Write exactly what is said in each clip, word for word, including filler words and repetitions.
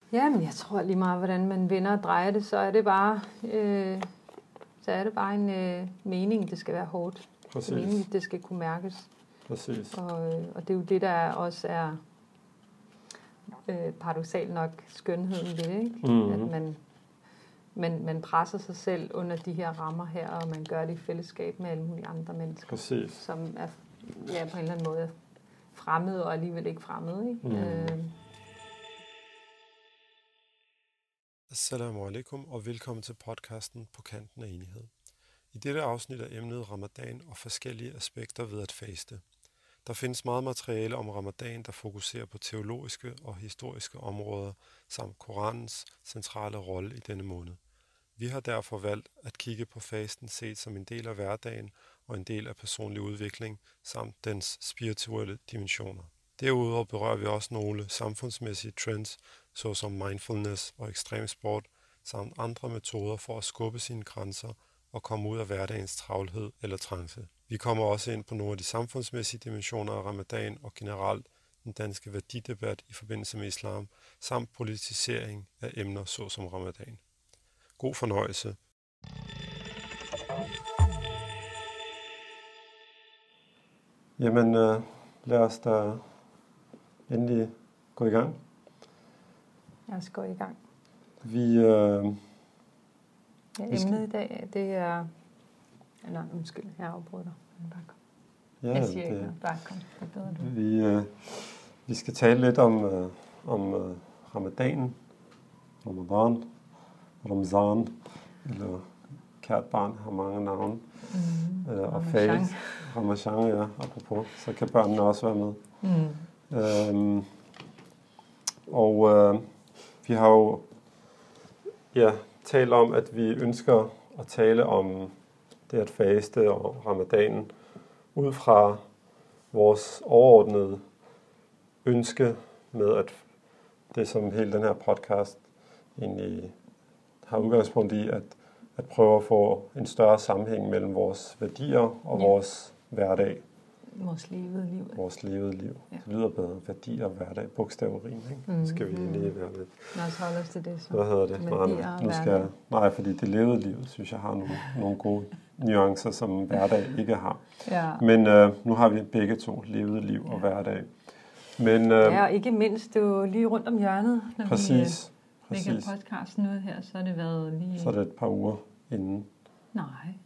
Ja, men jeg tror lige meget, hvordan man vender og drejer det, så er det bare, øh, så er det bare en øh, mening, det skal være hårdt. Præcis. Det er meningen, det skal kunne mærkes. Præcis. Og, øh, og det er jo det, der også er øh, paradoksalt nok skønheden ved det, ikke? Mm-hmm. At man, man, man presser sig selv under de her rammer her, og man gør det i fællesskab med alle mulige andre mennesker. Præcis. Som er ja, på en eller anden måde fremmede og alligevel ikke fremmede, ikke? Mm. Øh, Assalamu alaikum og velkommen til podcasten På kanten af enighed. I dette afsnit er emnet Ramadan og forskellige aspekter ved at faste. Der findes meget materiale om Ramadan, der fokuserer på teologiske og historiske områder, samt Koranens centrale rolle i denne måned. Vi har derfor valgt at kigge på fasten set som en del af hverdagen og en del af personlig udvikling, samt dens spirituelle dimensioner. Derudover berører vi også nogle samfundsmæssige trends, såsom mindfulness og ekstremsport, samt andre metoder for at skubbe sine grænser og komme ud af hverdagens travlhed eller trance. Vi kommer også ind på nogle af de samfundsmæssige dimensioner af Ramadan og generelt den danske værdidebat i forbindelse med islam, samt politisering af emner såsom Ramadan. God fornøjelse. Jamen, øh, lad os da endelig gå i gang. Lad os gå i gang. Vi, øh, Ja, vi skal... emnet i dag, det er... Nej, undskyld, jeg afbryder dig. Bare kom. Ja, Jeg siger det, ikke noget. Bare kom. Det er bedre, du. vi, øh, vi skal tale lidt om, øh, om øh, Ramadanen, Ramadan, Ramzan, eller kært barn har mange navne, Mm, øh, og Ramazan. faste, Ramazan, ja, apropos, så kan børnene også være med. Mm. Øhm, og øh, vi har jo ja, talt om, at vi ønsker at tale om det at faste og ramadanen ud fra vores overordnede ønske med, at det som hele den her podcast egentlig har udgangspunkt i, at, at prøve at få en større sammenhæng mellem vores værdier og Ja. vores hverdag. Vores levede liv. Vores levede liv. Ja. Det lyder bedre. Værdier og hverdag. Bogstaverin, ikke? Mm, Skal vi mm. lige være lidt... Lad os holde os til det så. Hvad hedder det? Med Nej, værdier og nu skal hverdag. jeg, nej, fordi det levede liv, synes jeg har nogle, nogle gode nuancer, som hverdag ikke har. Ja. Men øh, nu har vi begge to levede liv og Ja. hverdag. Men, øh, Ja, og ikke mindst, det er jo lige rundt om hjørnet, når præcis, vi lægger præcis. podcasten ud her, så har det været lige... Så er det et par uger inden. Nej,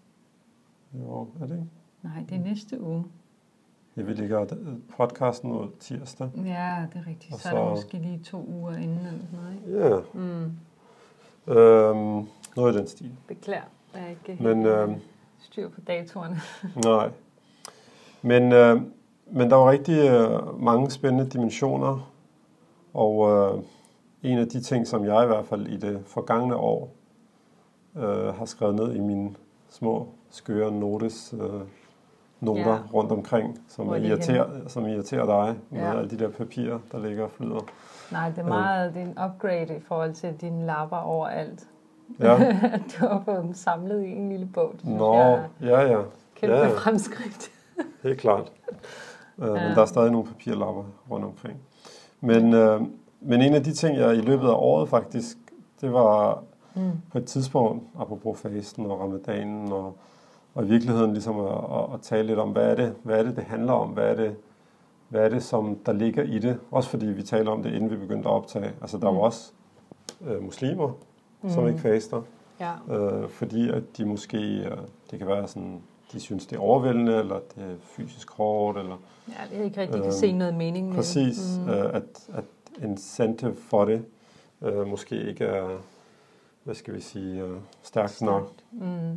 Jo, er det ikke? nej, det er næste uge. Ja, vi lægger podcasten ud tirsdag. Ja, det er rigtigt. Og Så, så er så- det måske lige to uger inden eller sådan noget, ikke? Ja, Mm. øhm, noget i den stil. Beklager, jeg er ikke Men, helt øh, øh, styr på datorerne. Nej. Men, øh, men der var rigtig øh, mange spændende dimensioner, og øh, en af de ting, som jeg i hvert fald i det forgangne år øh, har skrevet ned i mine små, skøre notes, øh, noter Ja. rundt omkring, som, Hvor er de irriterer, som irriterer dig med Ja. alle de der papirer, der ligger og flyder. Nej, det er meget det er en upgrade i forhold til dine lapper overalt. Ja. Du har fået dem samlet i en lille bog. Det synes Nå, jeg er ja, ja. kæmpe ja, ja. fremskridt. Helt klart. Øh, Ja. Men der er stadig nogle papirlapper rundt omkring. Men, øh, men en af de ting, jeg i løbet af året faktisk, det var Mm. på et tidspunkt, apropos fasten og ramadanen, og, og i virkeligheden ligesom at, at, at tale lidt om, hvad er, det, hvad er det, det handler om? Hvad er det, hvad er det, som der ligger i det? Også fordi vi taler om det, inden vi begyndte at optage. Altså, der er Mm. jo også øh, muslimer, mm. som Mm. ikke faster. Ja. Øh, fordi at de måske, øh, det kan være sådan, de synes, det er overvældende, eller det er fysisk hårdt, eller Ja, det er ikke rigtig kan Øhm, se noget mening med præcis, det. mm. øh, at, at incentive for det øh, måske ikke er, hvad skal vi sige, øh, stærkt nok. Mm.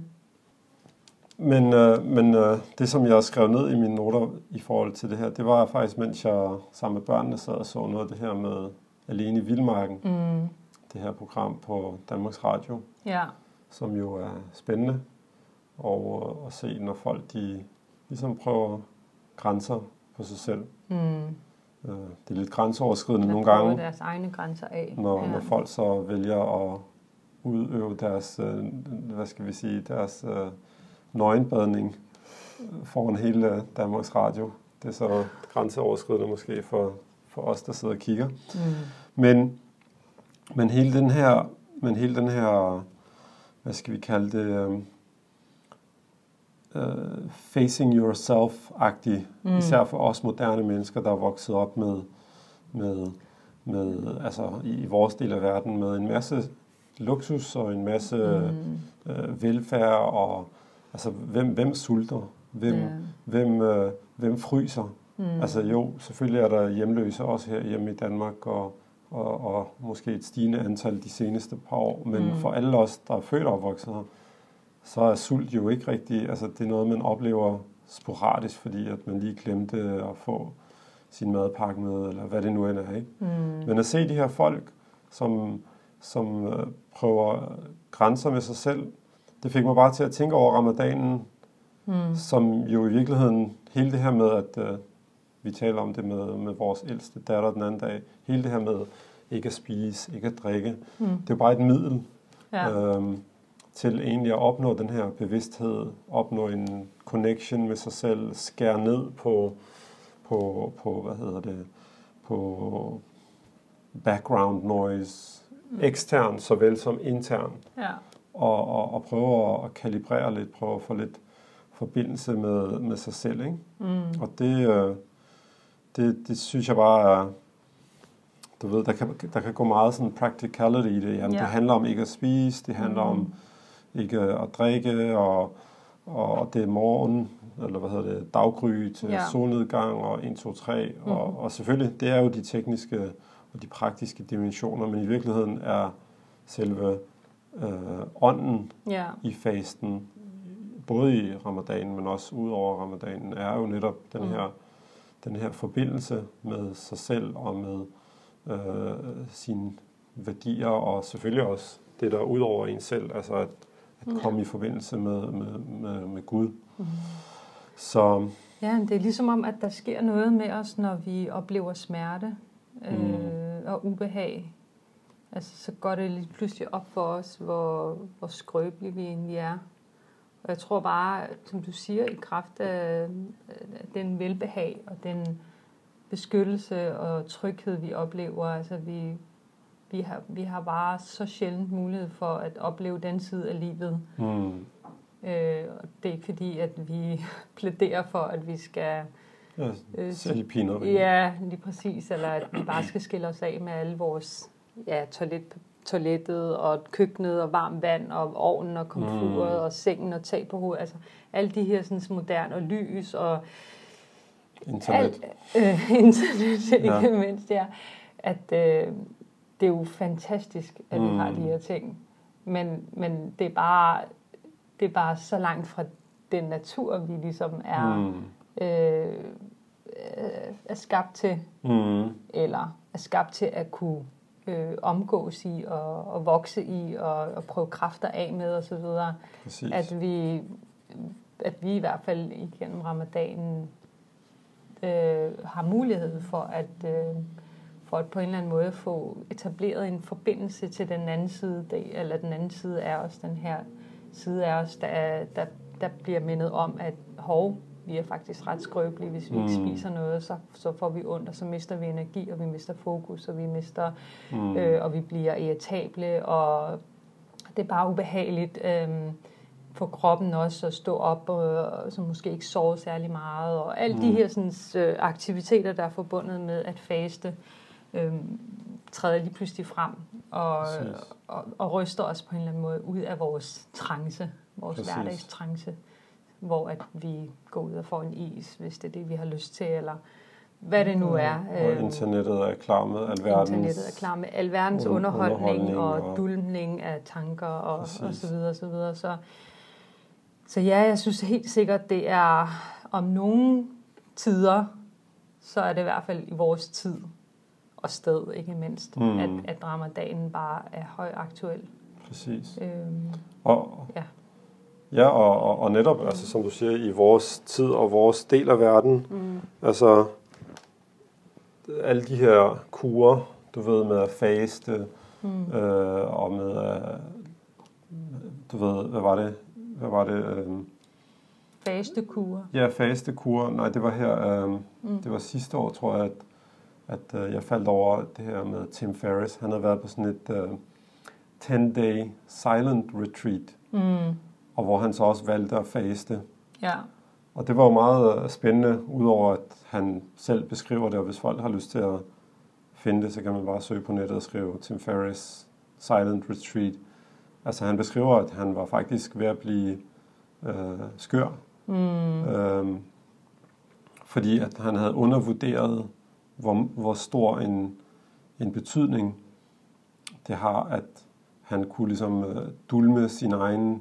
Men, øh, men øh, det, som jeg skrev ned i mine noter i forhold til det her, det var faktisk, mens jeg sammen med børnene sad og så noget af det her med Alene i Vildmarken, Mm. det her program på Danmarks Radio, Ja. som jo er spændende, og øh, at se, når folk de ligesom prøver grænser på sig selv. Mm. Øh, det er lidt grænseoverskridende Der nogle prøver gange, deres egne grænser af. når, ja. når folk så vælger at udøve deres, øh, hvad skal vi sige, deres øh, nøgenbadning foran hele Danmarks Radio. Det er så grænseoverskridende måske for, for os, der sidder og kigger. Mm. Men men hele den her, men hele den her, hvad skal vi kalde det, uh, facing yourself-agtig, mm. især for os moderne mennesker, der er vokset op med, med, med altså i, i vores del af verden, med en masse luksus og en masse mm. øh, velfærd, og altså, hvem, hvem sulter? Hvem, yeah. hvem, øh, hvem fryser? Mm. Altså jo, selvfølgelig er der hjemløse også her hjemme i Danmark, og, og, og måske et stigende antal de seneste par år, men mm. for alle os, der er født og opvokset her, så er sult jo ikke rigtig, altså det er noget, man oplever sporadisk, fordi at man lige glemte at få sin madpakke med, eller hvad det nu end er, ikke? Mm. Men at se de her folk, som, som øh, prøver grænser med sig selv, det fik mig bare til at tænke over ramadanen, mm. som jo i virkeligheden, hele det her med, at øh, vi taler om det med, med vores ældste datter den anden dag, hele det her med ikke at spise, ikke at drikke, mm. det er jo bare et middel ja. øhm, til egentlig at opnå den her bevidsthed, opnå en connection med sig selv, skære ned på, på, på hvad hedder det, på background noise, mm. ekstern såvel som intern, ja. og, og, og prøve at kalibrere lidt, prøve at få lidt forbindelse med, med sig selv, ikke? Mm. Og det, øh, det, det synes jeg bare er, du ved, der kan, der kan gå meget sådan practicality i det. Jamen, ja. Det handler om ikke at spise, det handler mm. om ikke at drikke, og, og det er morgen, eller hvad hedder det, daggry til ja. solnedgang, og en, to, tre, mm. og, og selvfølgelig, det er jo de tekniske og de praktiske dimensioner, men i virkeligheden er selve øh, ånden ja. i fasten, både i ramadanen, men også ud over ramadanen, er jo netop den mm. her, den her forbindelse med sig selv og med øh, sine værdier, og selvfølgelig også det, der er ud over en selv, altså at, at ja. komme i forbindelse med, med, med, med Gud. Mm. Så ja, det er ligesom om, at der sker noget med os, når vi oplever smerte øh, mm. og ubehag. Altså, så går det lige pludselig op for os, hvor, hvor skrøbelige vi egentlig er. Og jeg tror bare, som du siger, i kraft af den velbehag og den beskyttelse og tryghed, vi oplever, altså vi, vi, har, vi har bare så sjældent mulighed for at opleve den side af livet. Mm. Øh, og det er ikke fordi, at vi plæderer for, at vi skal ja, øh, sælge piner. Ja, lige præcis. Eller at vi bare skal skille os af med alle vores ja, toilet, toilettet og køkkenet og varmt vand og ovnen og komfuret mm. og sengen og tag på hovedet. Altså alle de her sådan moderne og lys og internet. Al, øh, internet, ikke ja. mindst, ja. At øh, det er jo fantastisk, at mm. vi har de her ting. Men, men det er bare det er bare så langt fra den natur, vi ligesom er, mm. øh, er skabt til. Mm. Eller er skabt til at kunne øh, omgås i og, og vokse i og, og prøve kræfter af med og så videre. Præcis. At vi, at vi i hvert fald igennem ramadanen øh, har mulighed for at, øh, for at på en eller anden måde få etableret en forbindelse til den anden side, eller den anden side af os, den her side af os, der, der, der bliver mindet om, at hov, vi er faktisk ret skrøbelige, hvis vi mm. ikke spiser noget, så, så får vi ondt, og så mister vi energi, og vi mister fokus, og vi mister, mm. øh, og vi bliver irritable, og det er bare ubehageligt øh, for kroppen også at stå op, og så måske ikke sove særlig meget, og alle mm. de her sådan, øh, aktiviteter, der er forbundet med at faste, øh, træder lige pludselig frem, og, og, og ryster os på en eller anden måde ud af vores trance, vores Præcis. hverdagstrance, hvor at vi går ud og får en is, hvis det er det, vi har lyst til, eller hvad det nu er. Og øh, internettet er klar med alverdens, internettet er klar med alverdens underholdning, underholdning og, og dulmning af tanker, og, og så videre, og så videre. Så, så ja, jeg synes helt sikkert, det er om nogle tider, så er det i hvert fald i vores tid og sted, ikke mindst, mm. at, at ramadanen bare er højaktuel. Præcis. Øhm, og, ja. Ja, og, og, og netop, mm. altså, som du siger, i vores tid og vores del af verden, mm. altså alle de her kurer, du ved, med at faste, mm. øh, og med at, du ved, hvad var det? Hvad var det? Øh, Fastekurer. Ja, fastekurer. Nej, det var her, øh, mm. det var sidste år, tror jeg, at at øh, jeg faldt over det her med Tim Ferriss. Han havde været på sådan et øh, ten-day silent retreat, mm. og hvor han så også valgte at faste. Ja. Og det var jo meget spændende, udover at han selv beskriver det, og hvis folk har lyst til at finde det, så kan man bare søge på nettet og skrive Tim Ferriss Silent Retreat. Altså han beskriver, at han var faktisk ved at blive øh, skør, mm. øhm, fordi at han havde undervurderet, hvor, hvor stor en, en betydning det har, at han kunne ligesom øh, dulme sin egen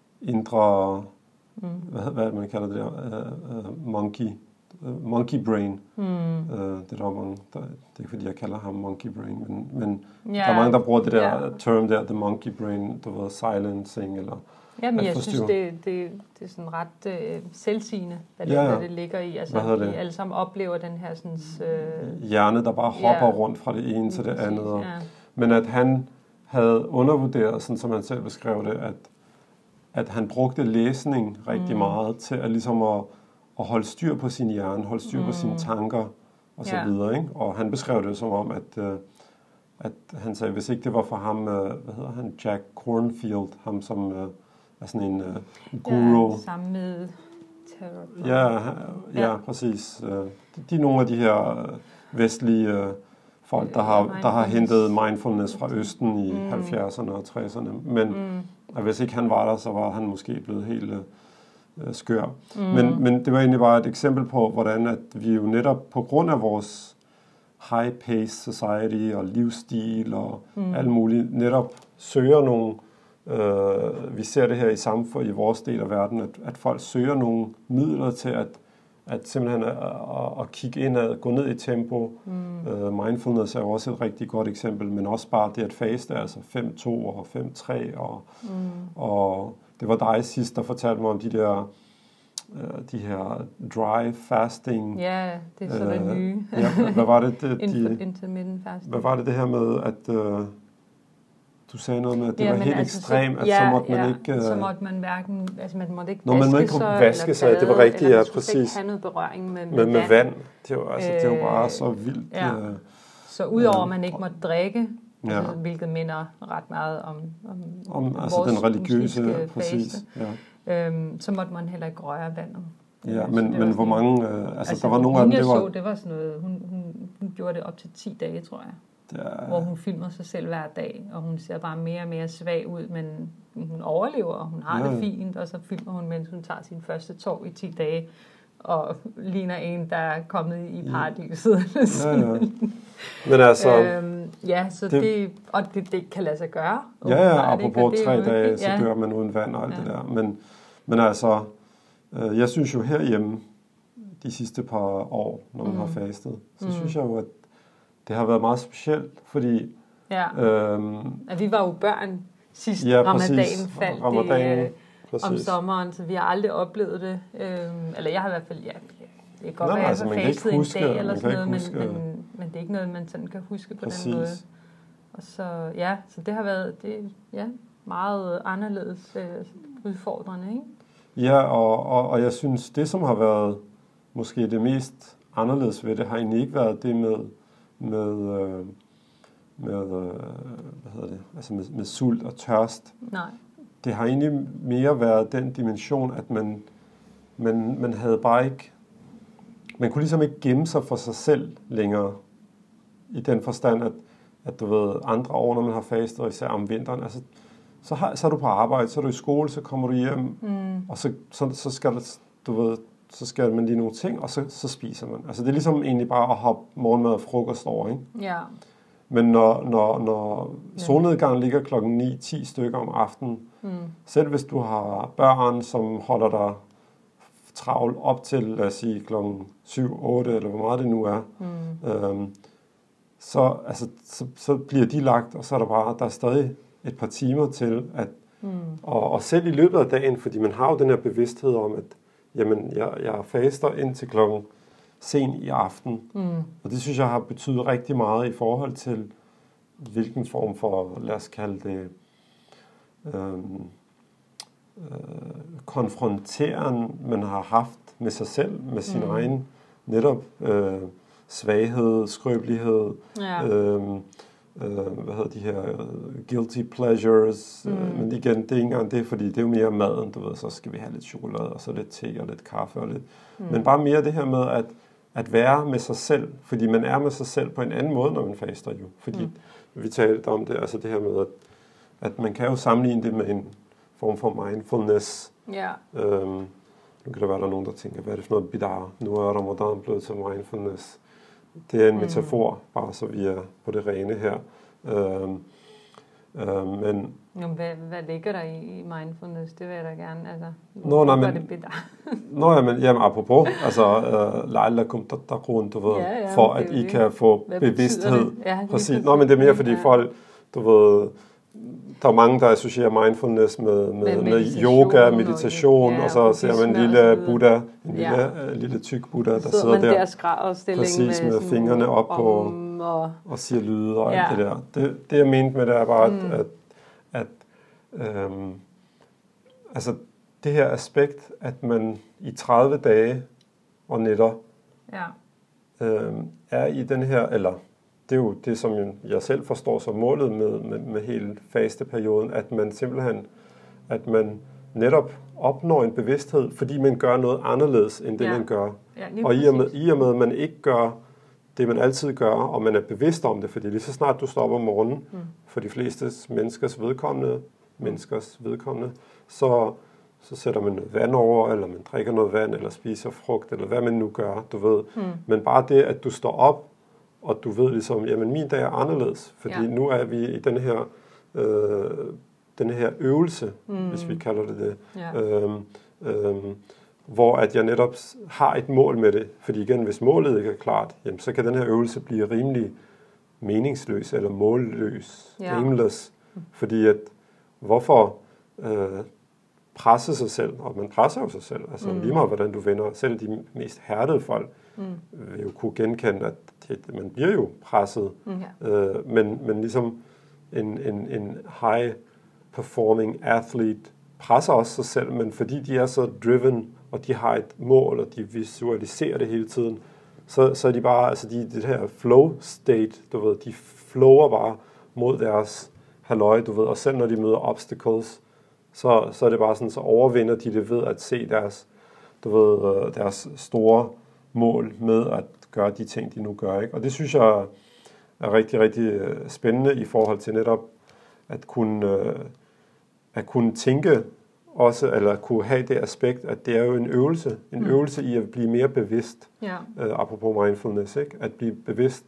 indre, mm. hvad, hvad man kalder det der, uh, uh, monkey, uh, monkey brain. Mm. Uh, det, er der mange, der, det er ikke fordi, jeg kalder ham monkey brain, men, men yeah. der er mange, der bruger det der yeah. term der, the monkey brain, du ved, silencing, eller Jamen, jeg synes, det, det, det er sådan ret øh, selvsigende, hvad det, ja, ja. hvad det ligger i. Altså, at vi det? alle sammen oplever den her sådan... Øh, hjerne, der bare hopper ja. rundt fra det ene til det andet. Og, ja. Men at han havde undervurderet, sådan som han selv beskrev det, at, at han brugte læsning rigtig mm. meget til at, ligesom at, at holde styr på sin hjerne, holde styr mm. på sine tanker og så ja. videre. Ikke? Og han beskrev det som om, at, øh, at han sagde, hvis ikke det var for ham, øh, hvad hedder han, Jack Kornfield, ham som... Øh, er sådan en uh, guru. Ja, sammen med terror. Ja, ja, ja, præcis. De, de er nogle af de her vestlige uh, folk, der har, der har hentet mindfulness fra Østen i mm. halvfjerdserne og tresserne. Men mm. hvis ikke han var der, så var han måske blevet helt uh, skør. Mm. Men, men det var egentlig bare et eksempel på, hvordan at vi jo netop på grund af vores high-paced society og livsstil og mm. alt muligt, netop søger nogle Uh, vi ser det her i samfund, i vores del af verden, at, at folk søger nogle midler til at, at simpelthen at, at, at kigge indad, gå ned i tempo. Mm. Uh, mindfulness er jo også et rigtig godt eksempel, men også bare det at faste, altså fem to og fem tre. Og, mm. og det var dig sidst, der fortalte mig om de der uh, de her dry fasting. Ja, det er så uh, det nye. ja, hvad var det? det de, intermittent fasting. Hvad var det det her med, at... Uh, Du sagde noget med, at det ja, var helt altså, ekstremt, at ja, så måtte man ja, ikke... Uh... så måtte man hverken... Altså, man måtte ikke Nå, vaske man må ikke sig, vaske sig, bade, det var rigtigt, ja, præcis. Man skulle ikke have noget berøring med, med, med, med vand. vand. Det var, altså, det var bare så vildt. Ja. Uh... Så udover at man ikke måtte drikke, ja. altså, hvilket minder ret meget om, om, om altså den religiøse, præcis. Ja. Øhm, så måtte man heller ikke røre vandet. Ja, men, men hvor mange... Uh, altså, altså, der var nogle af dem, det var... Så, det var sådan noget... Hun, hun, hun gjorde det op til ti dage, tror jeg. Der... Hvor hun filmer sig selv hver dag, og hun ser bare mere og mere svag ud, men hun overlever, og hun har ja. det fint, og så filmer hun, mens hun tager sin første tår i ti dage, og ligner en, der er kommet i paradiset. Ja, ja. Men altså... øhm, ja, så det, det, og det, det kan lade sig gøre. Ja, ja, apropos tre dage, så dør man uden vand og alt ja. det der. Men, men altså, øh, jeg synes jo herhjemme, de sidste par år, når man mm. har fastet, så mm. synes jeg jo, at det har været meget specielt, fordi... Ja. Øhm, at vi var jo børn sidst ja, ramadan faldt ramadan, det, øh, om sommeren, så vi har aldrig oplevet det. Øhm, eller jeg har i hvert fald... Ja, det kan godt være, at jeg har fastet en dag eller sådan noget, men, men, men det er ikke noget, man sådan kan huske på præcis. den måde. Og så, ja, så det har været det, ja, meget anderledes øh, udfordrende, ikke? Ja, og, og, og jeg synes, det som har været måske det mest anderledes ved det, har egentlig ikke været det med... med, øh, med øh, hvad hedder det, altså med, med sult og tørst. Nej. Det har egentlig mere været den dimension, at man, man, man havde bare ikke, man kunne ligesom ikke gemme sig for sig selv længere, i den forstand, at, at du ved, andre år, når man har fastet, og især om vinteren, altså, så, har, så er du på arbejde, så er du i skole, så kommer du hjem, mm. og så, så, så skal du, du ved, så skal man lige nogle ting, og så, så spiser man. Altså det er ligesom egentlig bare at hoppe morgenmad og frokost over, ikke? Ja. Men når, når, når solnedgangen ligger klokken ni ti stykker om aftenen, mm. selv hvis du har børn, som holder dig travlt op til, lad os sige, klokken syv otte, eller hvor meget det nu er, mm. øhm, så, altså, så, så bliver de lagt, og så er der bare, der er stadig et par timer til, at, mm. og, og selv i løbet af dagen, fordi man har jo den her bevidsthed om, at jamen, jeg, jeg faster ind til klokken sen i aften. Mm. Og det synes jeg har betydet rigtig meget i forhold til, hvilken form for, lad os kalde det, øhm, øh, konfronteren, man har haft med sig selv, med sin mm. egen netop øh, svaghed, skrøbelighed, Ja. øhm, øh, hvad hedder de her, guilty pleasures, Mm. øh, men igen, det er ikke engang det, fordi det er jo mere maden, du ved, så skal vi have lidt chokolade, og så lidt te, og lidt kaffe, og lidt, mm. men bare mere det her med, at, at være med sig selv, fordi man er med sig selv på en anden måde, når man faster jo, fordi mm. vi talte om det, altså det her med, at, at man kan jo sammenligne det med en form for mindfulness. Ja. Øhm, nu kan der være, der er nogen, der tænker, hvad er det for noget bidar? Nu er Ramadan blevet til mindfulness. Det er en mm. metafor, bare så vi er på det rene her. Øhm, øhm, men Jamen, hvad, hvad ligger der i, i mindfulness? Det vil jeg da gerne. Altså, Nå, nej, men, det bidar? Nå, ja, men jamen, apropos, altså, la'allakum tattaqun, du ved, ja, ja, for at I det, kan få hvad bevidsthed. Ja, præcis. Nå, men det er mere, fordi ja. folk, du ved, der er mange, der associerer mindfulness med, med, med yoga, meditation, og, ja, og så ser man en lille Buddha, en lille, ja. uh, lille tyk Buddha, der sidder, sidder der, der præcis med, med fingrene op på, og, og siger lyde og ja. alt det der. Det, det jeg mente med det er bare, mm. at, at, at øhm, altså det her aspekt, at man i tredive dage og nætter ja. øhm, er i den her, eller det er jo det, som jeg selv forstår som målet med, med, med hele fasteperioden, at man simpelthen, at man netop opnår en bevidsthed, fordi man gør noget anderledes, end det ja. man gør. Ja, og i og, med, i og med, at man ikke gør det, man altid gør, og man er bevidst om det, fordi lige så snart du stopper om morgenen, mm. for de fleste menneskers vedkommende, menneskers vedkommende, så, så sætter man noget vand over, eller man drikker noget vand, eller spiser frugt, eller hvad man nu gør, du ved. Mm. Men bare det, at du står op, og du ved ligesom, jamen min dag er anderledes, fordi ja. nu er vi i den her, øh, den her øvelse, mm. hvis vi kalder det det, ja. øhm, øhm, hvor at jeg netop har et mål med det, fordi igen, hvis målet ikke er klart, jamen, så kan den her øvelse blive rimelig meningsløs, eller målløs, ja. aimless, fordi at, hvorfor øh, presse sig selv, og man presser jo sig selv, altså mm. lige meget hvordan du vender, selv de mest hærdede folk, mm. vil jo kunne genkende, at det, man bliver jo presset, mm. øh, men, men ligesom en, en, en high performing athlete presser også sig selv, men fordi de er så driven, og de har et mål, og de visualiserer det hele tiden, så, så er de bare, altså de, det her flow state, du ved, de flower bare mod deres halløj, du ved, og selv når de møder obstacles, så, så er det bare sådan, så overvinder de det ved at se deres, du ved, deres store mål med at gøre de ting, de nu gør, ikke? Og det synes jeg er rigtig, rigtig spændende i forhold til netop at kunne, at kunne tænke også, eller kunne have det aspekt, at det er jo en øvelse, en mm. øvelse i at blive mere bevidst, ja. uh, apropos mindfulness, ikke? At blive bevidst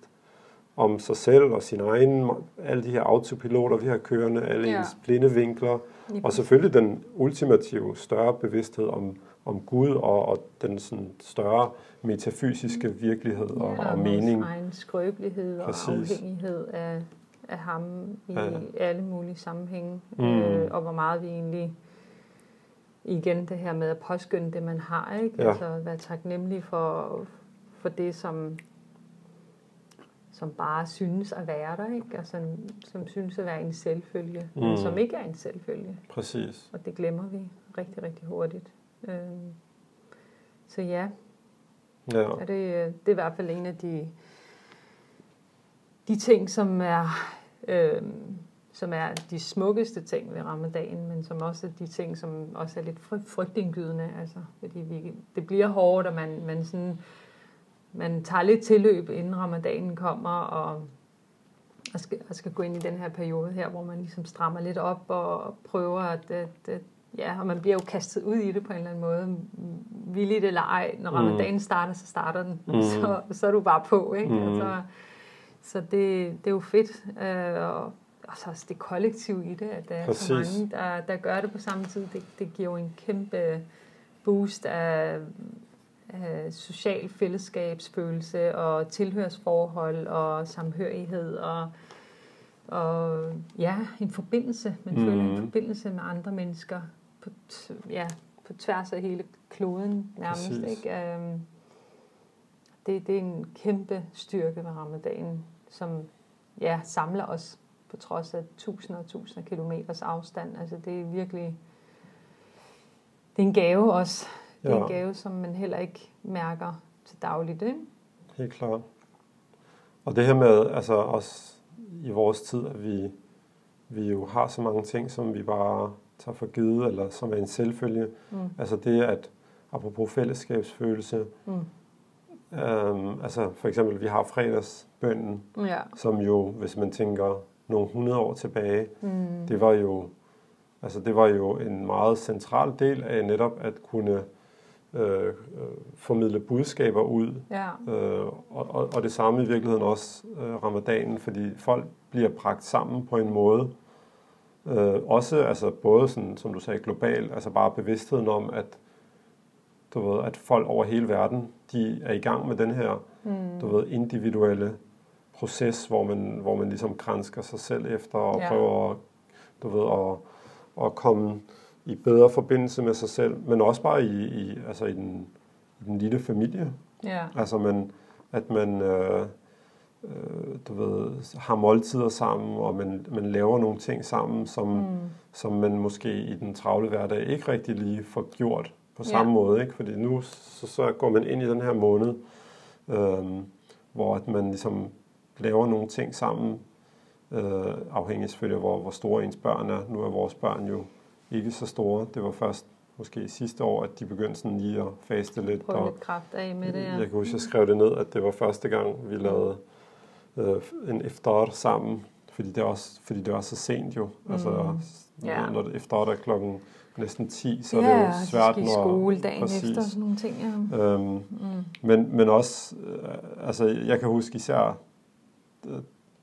om sig selv og sin egen, alle de her autopiloter, vi har kørende, alle ja. ens blinde vinkler, ja. og selvfølgelig den ultimative større bevidsthed om, om Gud og, og den sådan større metafysiske virkelighed og, ja, og mening. Ja, egen skrøbelighed Præcis. og afhængighed af, af ham i ja. alle mulige sammenhænge, mm. øh, og hvor meget vi egentlig igen det her med at påskynde det, man har, ikke? Ja. Altså være taknemmelig for, for det, som, som bare synes at være der, ikke? Altså, som synes at være en selvfølge, mm. men som ikke er en selvfølge. Præcis. Og det glemmer vi rigtig, rigtig hurtigt. Øhm, så ja, ja. Er det, det er i hvert fald en af de, de ting, som er... Øhm, som er de smukkeste ting ved ramadanen, men som også er de ting, som også er lidt frygtindgydende, altså, fordi vi, det bliver hårdt, og man, man, sådan, man tager lidt tilløb, inden ramadanen kommer, og, og, skal, og skal gå ind i den her periode her, hvor man ligesom strammer lidt op, og prøver at, at, at ja, og man bliver jo kastet ud i det på en eller anden måde, villigt eller ej. Når ramadanen mm. starter, så starter den, mm. så, så er du bare på, ikke? Mm. Altså, så det, det er jo fedt, øh, og og så også det kollektiv i det, at der er så mange, der, der gør det på samme tid. Det, det giver jo en kæmpe boost af, af social fællesskabsfølelse og tilhørsforhold og samhørighed og, og ja, en forbindelse. Man mm. føler en forbindelse med andre mennesker på, ja, på tværs af hele kloden nærmest. Ikke? Um, det, det er en kæmpe styrke ved ramadanen, som ja, samler os på trods af tusinder og tusinder kilometers afstand. Altså det er virkelig, det er en gave også. Det er ja. en gave, som man heller ikke mærker til dagligt. Ikke? Helt klart. og det her med, altså også i vores tid, at vi, vi jo har så mange ting, som vi bare tager for givet, eller som er en selvfølge. Mm. Altså det, at apropos fællesskabsfølelse, mm. øhm, altså for eksempel, vi har fredagsbønnen, ja. Som jo, hvis man tænker nogle hundrede år tilbage, mm. det var jo, altså det var jo en meget central del af netop at kunne øh, øh, formidle budskaber ud. Ja. Øh, og, og, og det samme i virkeligheden også øh, ramadanen, fordi folk bliver bragt sammen på en måde. Øh, også, altså både sådan, som du sagde, globalt, altså bare bevidstheden om, at du ved, at folk over hele verden, de er i gang med den her, mm. du ved, individuelle proces, hvor man, hvor man ligesom gransker sig selv efter og ja. Prøver at, du ved, at, at komme i bedre forbindelse med sig selv, men også bare i, i, altså i, den, i den lille familie. Ja. Altså man, at man øh, øh, du ved, har måltider sammen, og man, man laver nogle ting sammen, som, mm. som man måske i den travle hverdag ikke rigtig lige får gjort på samme ja. Måde. Ikke? Fordi nu så, så går man ind i den her måned, øh, hvor at man ligesom laver nogle ting sammen, øh, afhængigt selvfølgelig af, hvor, hvor store ens børn er. Nu er vores børn jo ikke så store. Det var først måske sidste år, at de begyndte sådan lige at faste lidt. Prøv lidt kraft af med det, ja. Jeg kan huske, jeg skrev det ned, at det var første gang, vi lavede øh, en iftar sammen, fordi det, er også, fordi det var så sent jo. Mm. Altså, ja. Når det iftar er klokken næsten ti, så ja, er det jo svært. Ja, de skal i skole dagen præcis. Efter sådan nogle ting, ja. Øhm, mm. men, men også, øh, altså jeg kan huske især, øh,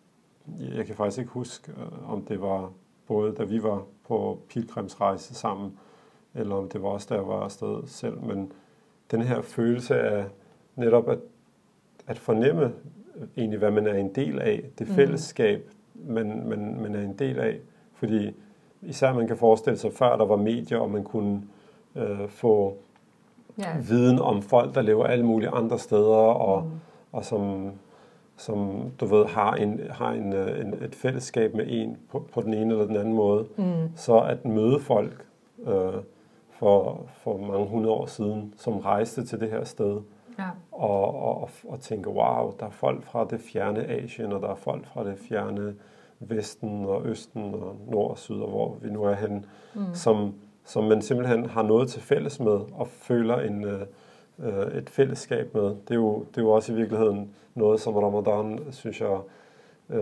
jeg kan faktisk ikke huske, øh, om det var både da vi var på pilgrimsrejse sammen, eller om det var også, da jeg var afsted selv, men den her følelse af netop at, at fornemme egentlig, hvad man er en del af, det fællesskab, mm. man, man, man er en del af, fordi især man kan forestille sig, før der var medier, og man kunne øh, få ja. Viden om folk, der lever alle mulige andre steder, og, mm. og som, som du ved, har, en, har en, en, et fællesskab med en på, på den ene eller den anden måde. Mm. Så at møde folk øh, for, for mange hundrede år siden, som rejste til det her sted, ja. og, og, og tænke, wow, der er folk fra det fjerne Asien, og der er folk fra det fjerne Vesten og Østen og Nord og Syd, og hvor vi nu er henne, mm. som, som man simpelthen har noget til fælles med, og føler en, øh, et fællesskab med. Det er, jo, det er jo også i virkeligheden noget, som Ramadan, synes jeg, øh,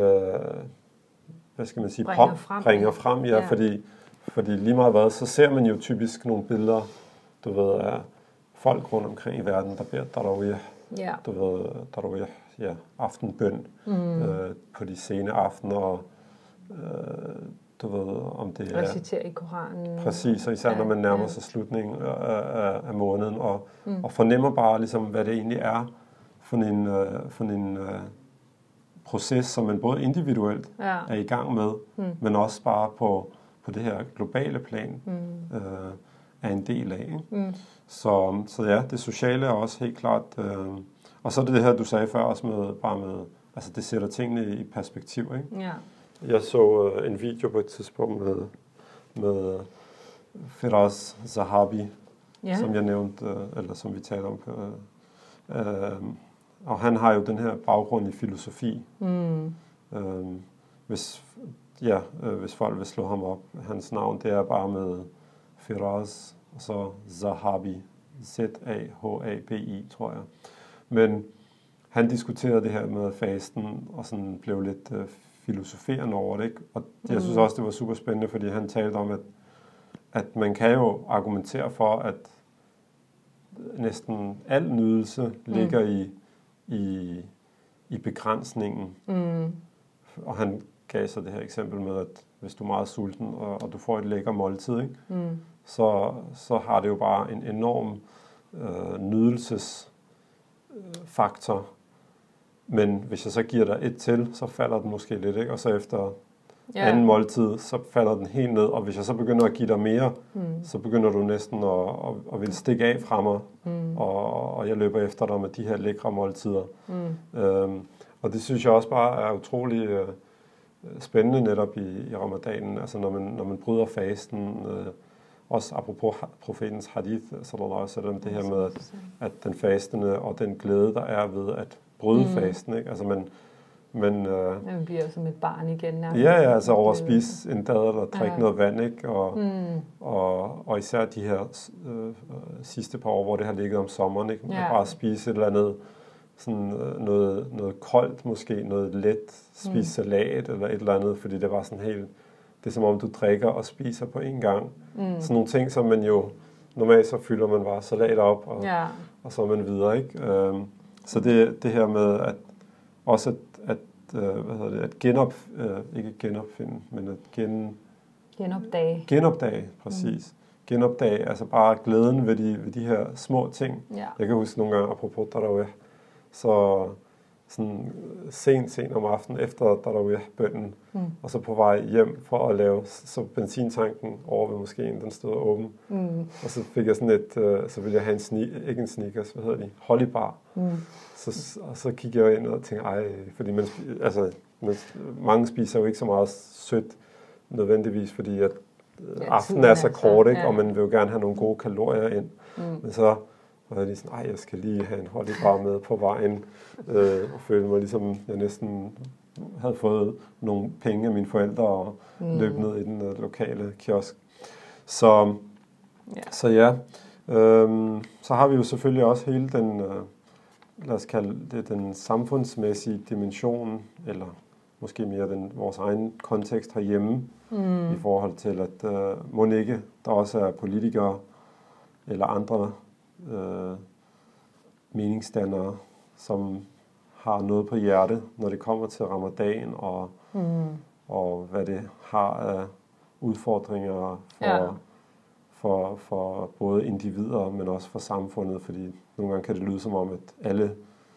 hvad skal man sige, bringer pop, frem, bringer frem ja, ja. Fordi, fordi lige meget hvad, så ser man jo typisk nogle billeder, du ved, af folk rundt omkring i verden, der beder tarawih, ja. Du ved, tarawih, ja, aftenbøn mm. øh, på de sene aftener, og øh, du ved, om det er... Reciterer i Koranen. Præcis, og især ja, når man nærmer ja. Sig slutningen af, af, af måneden, og, mm. og fornemmer bare, ligesom, hvad det egentlig er for en, øh, for en øh, proces, som man både individuelt ja. Er i gang med, mm. men også bare på, på det her globale plan mm. øh, er en del af. Ikke? Mm. Så, så ja, det sociale er også helt klart... Øh, og så er det det her, du sagde før også med, bare med, altså det sætter tingene i perspektiv, ikke? Ja. Jeg så uh, en video på et tidspunkt med, med Firas Zahabi, ja. Som jeg nævnte, uh, eller som vi talte om. Uh, uh, og han har jo den her baggrund i filosofi. Mm. Uh, hvis, ja, uh, hvis folk vil slå ham op, hans navn, det er bare med Firas, og så Zahabi, Z A H A B I, tror jeg. Men han diskuterede det her med fasten, og sådan blev lidt øh, filosoferende over det, ikke? Og jeg synes også, det var super spændende, fordi han talte om, at, at man kan jo argumentere for, at næsten al nydelse mm. ligger i, i, i begrænsningen. Mm. Og han gav så det her eksempel med, at hvis du er meget sulten, og, og du får et lækker måltid, ikke? Mm. Så, så har det jo bare en enorm øh, nydelses faktor, men hvis jeg så giver dig et til, så falder den måske lidt, ikke? Og så efter yeah. anden måltid, så falder den helt ned, og hvis jeg så begynder at give dig mere, mm. så begynder du næsten at, at, at ville stikke af fra mig, mm. og, og jeg løber efter dig med de her lækre måltider. Mm. Øhm, og det synes jeg også bare er utrolig øh, spændende netop i, i ramadanen, altså når man, når man bryder fasten, øh, også apropos profetens hadith, sallallahu alaihi wasallam, det her med, at, at den fastende og den glæde, der er ved at bryde mm. fasten, ikke? Altså man, Men, øh, Man bliver jo som et barn igen. Ja, ja, altså over at spise en dadel og drikke ja. noget vand, ikke? Og, mm. og, og især de her øh, sidste par år, hvor det har ligget om sommeren, ikke? Man ja. Bare spise et eller andet, sådan noget, noget koldt måske, noget let, spise mm. salat eller et eller andet, fordi det var sådan helt, det er som om du drikker og spiser på en gang. Mm. Sådan nogle ting, som man jo, normalt så fylder man bare salat op, og, ja. og så er man videre, ikke? Øhm, så det, det her med, at også at, at hvad hedder det, at genop, øh, ikke genopfinde, men at gen... Genopdage. Genopdage, præcis. Mm. Genopdage, altså bare glæden ved de, ved de her små ting. Ja. Jeg kan huske nogle gange, apropos tarawih, så sådan sent, sent om aftenen efter tarawih-bønnen, mm. og så på vej hjem for at lave, så benzintanken over ved moskeen, den stod åben. Mm. Og så fik jeg sådan et, øh, så ville jeg have en sne, ikke en Snickers, hvad hedder de, Hollybar. Mm. Så, og så kiggede jeg ind og tænkte, ej, fordi man, altså, man, mange spiser jo ikke så meget sødt nødvendigvis, fordi at ja, aftenen er så kort, ikke? Ja. Og man vil jo gerne have nogle gode kalorier ind. Mm. Men så var jeg lige sådan, ej, jeg skal lige have en Hollybar med på vejen, øh, og følte mig ligesom, jeg næsten havde fået nogle penge af mine forældre og mm. løb ned i den uh, lokale kiosk. Så ja, så ja øhm, så har vi jo selvfølgelig også hele den, øh, lad os kalde det den samfundsmæssige dimension, eller måske mere den, vores egen kontekst herhjemme, mm. i forhold til, at øh, må ikke, der også er politikere eller andre øh, meningsdannere, som har noget på hjerte, når det kommer til ramadan, og, mm. og hvad det har af udfordringer for, ja. for, for både individer, men også for samfundet, fordi nogle gange kan det lyde som om, at alle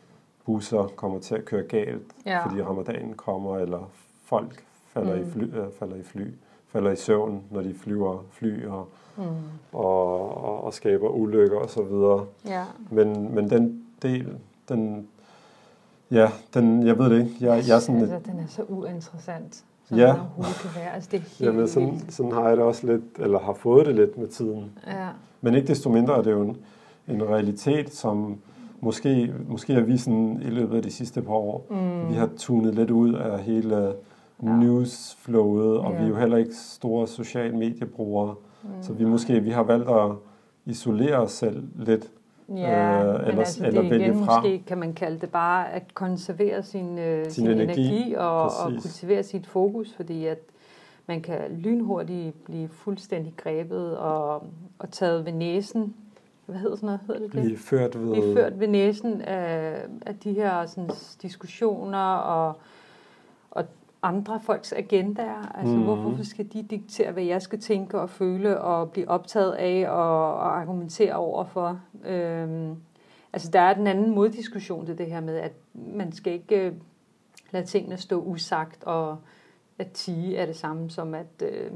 busser kommer til at køre galt, ja. fordi ramadanen kommer, eller folk falder, mm. i fly, øh, falder i fly, falder i søvn, når de flyver fly, og, mm. og, og, og skaber ulykker og så videre. Ja. Men, men den del, den, ja, den, jeg ved det ikke. Jeg, jeg er sådan, altså, den er så uinteressant, som ja. den overhovedet kan være. Altså, det er helt Jamen, sådan, sådan har jeg det også lidt, eller har fået det lidt med tiden. Ja. Men ikke desto mindre er det jo en, en realitet, som måske, måske er vi sådan i løbet af de sidste par år, mm. vi har tunet lidt ud af hele ja. newsflowet, og ja. vi er jo heller ikke store sociale mediebrugere, mm. så vi måske vi har valgt at isolere os selv lidt. Ja, øh, men eller, altså eller det igen fra. Måske kan man kalde det bare at konservere sin, øh, sin, sin energi, energi og, og kultivere sit fokus, fordi at man kan lynhurtigt blive fuldstændig grebet og, og taget ved næsen. Hvad hedder sådan noget? Hedder det det? Blive ført ved, blive ført ved næsen af, af de her sådan, diskussioner og, og andre folks agendaer. Altså, mm. hvorfor skal de diktere, hvad jeg skal tænke og føle og blive optaget af og, og argumentere over for? Øhm, altså, der er den anden moddiskussion til det her med, at man skal ikke øh, lade tingene stå usagt, og at tie er det samme som at, øh,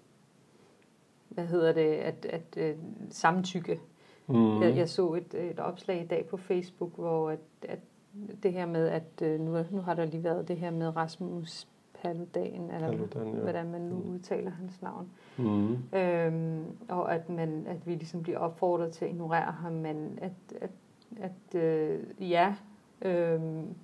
hvad hedder det, at, at øh, samtykke. Mm. Jeg, jeg så et, et opslag i dag på Facebook, hvor at, at det her med, at øh, nu, nu har der lige været det her med Rasmus Paludan, eller Paludan, ja. hvordan man nu udtaler hans navn. Mm. Øhm, og at, man, at vi ligesom bliver opfordret til at ignorere ham, men at, at, at øh, ja, øh,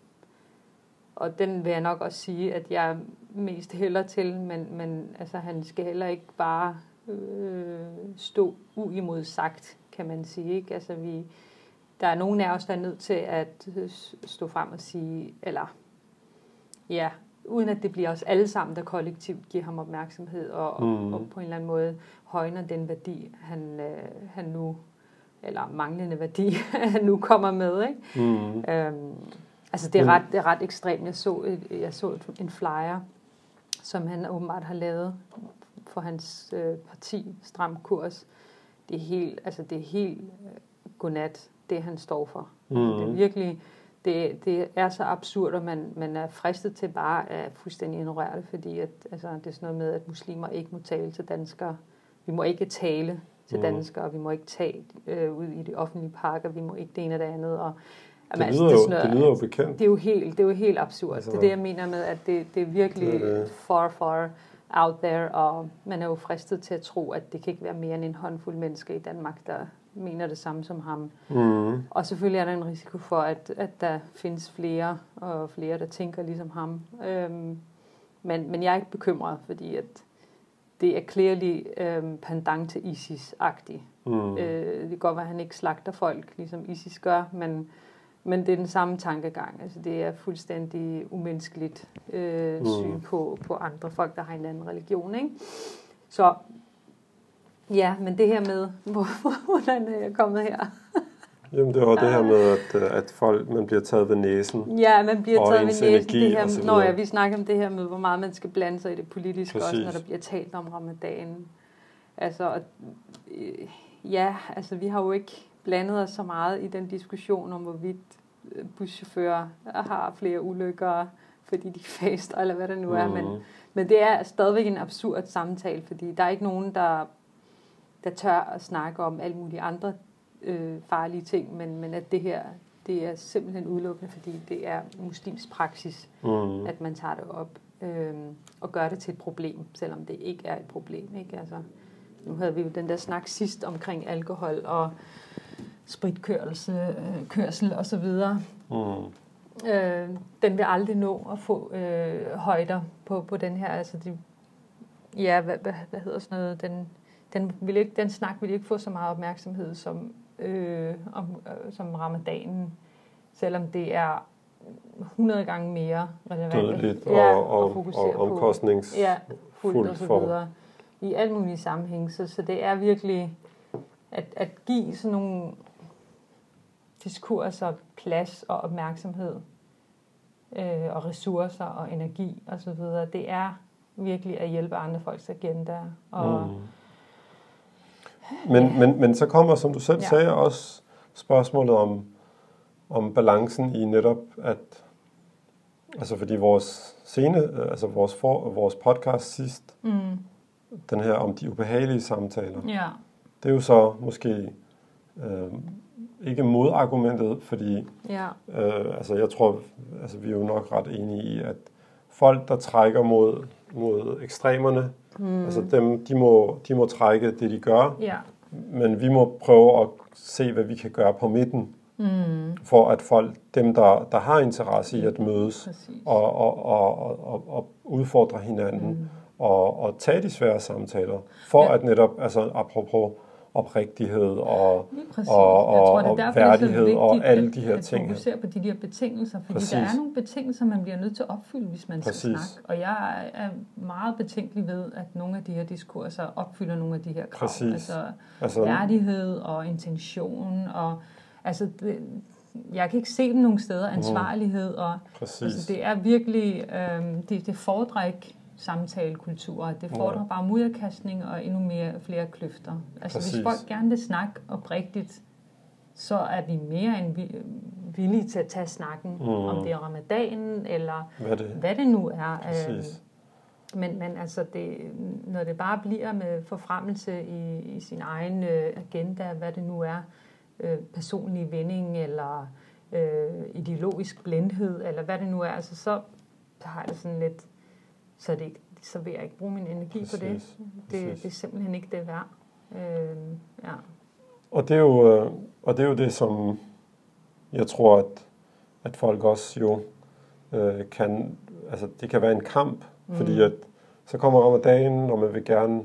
og den vil jeg nok også sige, at jeg mest hælder til, men, men altså, han skal heller ikke bare øh, stå uimodsagt, kan man sige, ikke? Altså vi, der er nogen af os, der er nødt til at stå frem og sige, eller ja, uden at det bliver os alle sammen, der kollektivt giver ham opmærksomhed, og, mm. og på en eller anden måde højner den værdi, han, øh, han nu, eller manglende værdi, han nu kommer med, ikke? Mm. Øhm, altså det er, ret, det er ret ekstremt. Jeg så, et, jeg så et, en flyer, som han åbenbart har lavet for hans øh, parti, Stram Kurs. Det er helt, altså det er helt øh, godnat, det han står for. Mm. Det er virkelig, det, det er så absurd, at man, man er fristet til bare at fuldstændig ignorere det, fordi at, altså, det er sådan noget med, at muslimer ikke må tale til danskere. Vi må ikke tale til mm. danskere, vi må ikke tage øh, ud i de offentlige parker, vi må ikke det ene og det andet. Og, det, lyder altså, det, jo, noget, det lyder jo bekendt. Det er jo helt, det er jo helt absurd. Altså, det er det, jeg mener med, at det, det er virkelig det er det. far, far out there, og man er jo fristet til at tro, at det kan ikke være mere end en håndfuld mennesker i Danmark, der, mener det samme som ham. Mm. Og selvfølgelig er der en risiko for, at, at der findes flere og flere, der tænker ligesom ham. Øhm, men, men jeg er ikke bekymret, fordi at det er clearly øhm, pendant til ISIS-agtigt. Mm. Øh, det kan godt være, at han ikke slagter folk, ligesom ISIS gør, men, men det er den samme tankegang. Altså, det er fuldstændig umenneskeligt øh, mm. syn på, på andre folk, der har en anden religion. Ikke? Så ja, men det her med, hvordan er jeg kommet her? Jamen, det var det her med, at, at folk, man bliver taget ved næsen. Ja, man bliver taget ved næsen. Energi, det her, når ja, vi snakker om det her med, hvor meget man skal blande sig i det politiske, Præcis. Også når der bliver talt om ramadanen. Altså, øh, ja, altså vi har jo ikke blandet os så meget i den diskussion om, hvorvidt buschauffører har flere ulykker, fordi de faster, eller hvad det nu er. Mm. Men, men det er stadigvæk en absurd samtale, fordi der er ikke nogen, der, der tør at snakke om alle mulige andre øh, farlige ting, men, men at det her, det er simpelthen udelukkende, fordi det er muslims praksis, mm. at man tager det op øh, og gør det til et problem, selvom det ikke er et problem. Ikke? Altså, nu havde vi jo den der snak sidst omkring alkohol og spritkørsel øh, kørsel og så videre. Mm. Øh, den vil aldrig nå at få øh, højder på, på den her. Altså de, ja, hvad, hvad, hvad hedder sådan noget? Den, den, vil ikke, den snak vil ikke få så meget opmærksomhed som, øh, om, øh, som ramadanen, selvom det er hundrede gange mere relevant. Dødeligt ja, og, og, og omkostningsfuldt ja, og så videre. I alle mulige sammenhæng. Så, så det er virkelig at, at give sådan nogle diskurser, plads og opmærksomhed øh, og ressourcer og energi og så videre. Det er virkelig at hjælpe andre folks agenda. Og, mm. men, ja. men, men så kommer, som du selv ja. sagde, også spørgsmålet om, om balancen i netop, at altså fordi vores scene, altså vores, for, vores podcast sidst, mm. den her om de ubehagelige samtaler, ja. det er jo så måske øh, ikke modargumentet, fordi ja. øh, altså jeg tror, altså vi er jo nok ret enige i, at folk, der trækker mod, mod ekstremerne, mm. altså dem, de må, de må trække det, de gør, ja. men vi må prøve at se, hvad vi kan gøre på midten, mm. for at folk, dem der, der har interesse i at mødes og, og, og, og, og udfordre hinanden, mm. og, og tage de svære samtaler, for ja. at netop, altså apropos oprigtighed og, og, og, og værdighed og alle de her ting. Jeg fokuserer på de der betingelser, fordi Præcis. der er nogle betingelser, man bliver nødt til at opfylde, hvis man Præcis. skal snakke. Og jeg er meget betænkelig ved, at nogle af de her diskurser opfylder nogle af de her krav. Præcis. Altså, altså værdighed og intention og altså det, jeg kan ikke se dem nogen steder, ansvarlighed og altså, det er virkelig øh, det, det fordrer ikke samtalekultur. Det fordrer ja. bare mudderkastning og endnu mere flere kløfter. Altså Præcis. hvis folk gerne vil snakke oprigtigt, så er vi mere end villige til at tage snakken, mm. om det er ramadanen, eller hvad det, hvad det nu er. Præcis. Men, men altså, det, når det bare bliver med forfremmelse i, i sin egen øh, agenda, hvad det nu er, øh, personlig vinding, eller øh, ideologisk blindhed, eller hvad det nu er, altså, så har jeg det sådan lidt Så, det, så vil jeg ikke bruge min energi Præcis. på det. det. Det er simpelthen ikke det værd. Øh, ja. Og det er jo, og det er jo det, som jeg tror, at, at folk også jo øh, kan, altså det kan være en kamp, mm. fordi at så kommer ramadanen, og man vil gerne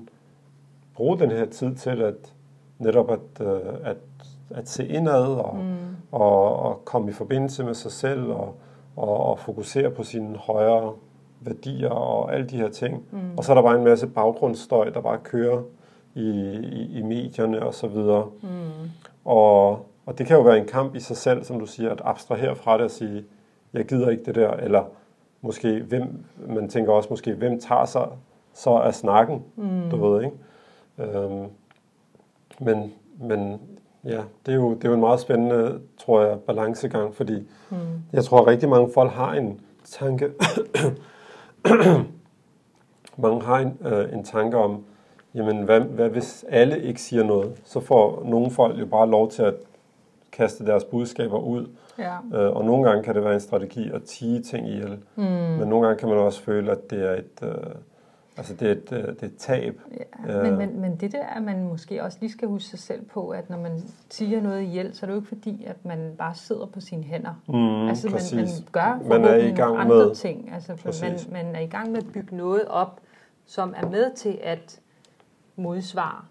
bruge den her tid til at netop at, øh, at, at se indad og, mm. og, og komme i forbindelse med sig selv og, og, og fokusere på sine højere værdier og alle de her ting. Mm. Og så er der bare en masse baggrundsstøj, der bare kører i, i, i medierne og så videre. Mm. Og, og det kan jo være en kamp i sig selv, som du siger, at abstrahere fra det og sige, jeg gider ikke det der, eller måske, hvem, man tænker også måske, hvem tager sig så af snakken, mm. du ved, ikke? Øhm, men, men ja, det er, jo, det er jo en meget spændende, tror jeg, balancegang, fordi mm. jeg tror, at rigtig mange folk har en tanke mange har en, øh, en tanke om, jamen hvad, hvad hvis alle ikke siger noget, så får nogle folk jo bare lov til at kaste deres budskaber ud. Ja. Øh, og nogle gange kan det være en strategi at tie ting ihjel. Mm. Men nogle gange kan man også føle, at det er et, øh, Altså det er et, det er et tab. Ja, men, men, men det der, at man måske også lige skal huske sig selv på, at når man siger noget ihjel, så er det jo ikke fordi, at man bare sidder på sine hænder. Mm, altså man, man gør man er i gang andre med, ting. Altså man, man er i gang med at bygge noget op, som er med til at modsvare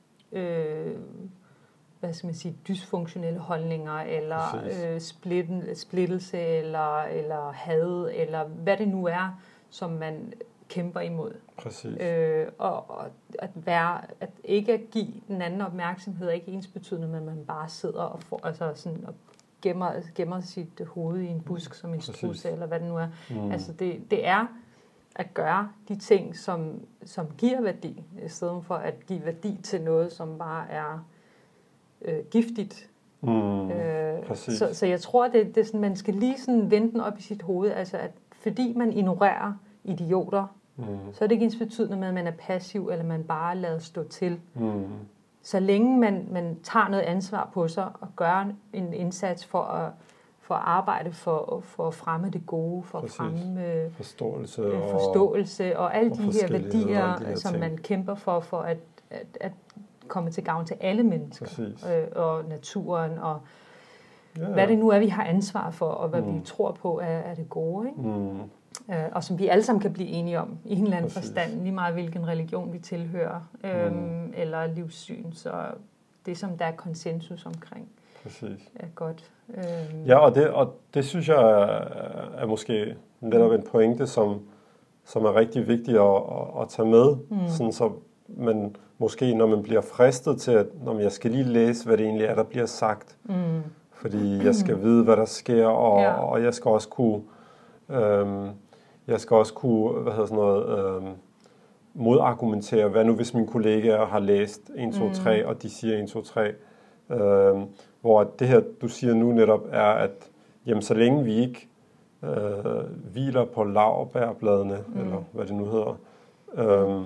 øh, hvad skal man sige, dysfunktionelle holdninger, eller øh, splitten, splittelse, eller, eller had, eller hvad det nu er, som man kæmper imod. Præcis. Øh, og, og at, være, at ikke at give den anden opmærksomhed er ikke ensbetydende, men man bare sidder og, får, altså sådan, og gemmer, gemmer sit hoved i en busk som en strusse, eller hvad det nu er. Mm. Altså det, det er at gøre de ting, som, som giver værdi, i stedet for at give værdi til noget, som bare er øh, giftigt. Mm, øh, så, så jeg tror, det, det er sådan, man skal lige sådan vende den op i sit hoved, altså at fordi man ignorerer idioter, mm. så er det ikke ensbetydende med, at man er passiv, eller man bare lader stå til. Mm. Så længe man, man tager noget ansvar på sig, og gør en indsats for at, for at arbejde for, for at fremme det gode, for at fremme øh, forståelse, øh, forståelse og, og alle og de her værdier, de her som ting. man kæmper for, for at, at, at komme til gavn til alle mennesker, øh, og naturen, og ja, ja. hvad det nu er, vi har ansvar for, og hvad mm. vi tror på er, er det gode, ikke? Mm. Øh, og som vi alle sammen kan blive enige om, i en eller anden Præcis. forstand, lige meget hvilken religion vi tilhører, øhm, mm. eller livssyn, så det, som der er konsensus omkring, Præcis. er godt. Øhm. Ja, og det, og det synes jeg er, er måske netop en pointe, som, som er rigtig vigtig at, at, at tage med, mm. sådan så man måske, når man bliver fristet til, at når jeg skal lige læse, hvad det egentlig er, der bliver sagt, mm. fordi jeg skal vide, hvad der sker, og, ja. og jeg skal også kunne øhm, jeg skal også kunne, hvad hedder sådan noget, øhm, modargumentere, hvad nu hvis mine kollegaer har læst et, to, tre, mm. og de siger et, to, tre, øhm, hvor det her, du siger nu netop, er, at jamen, så længe vi ikke øh, hviler på laurbærbladene, mm. eller hvad det nu hedder, øhm,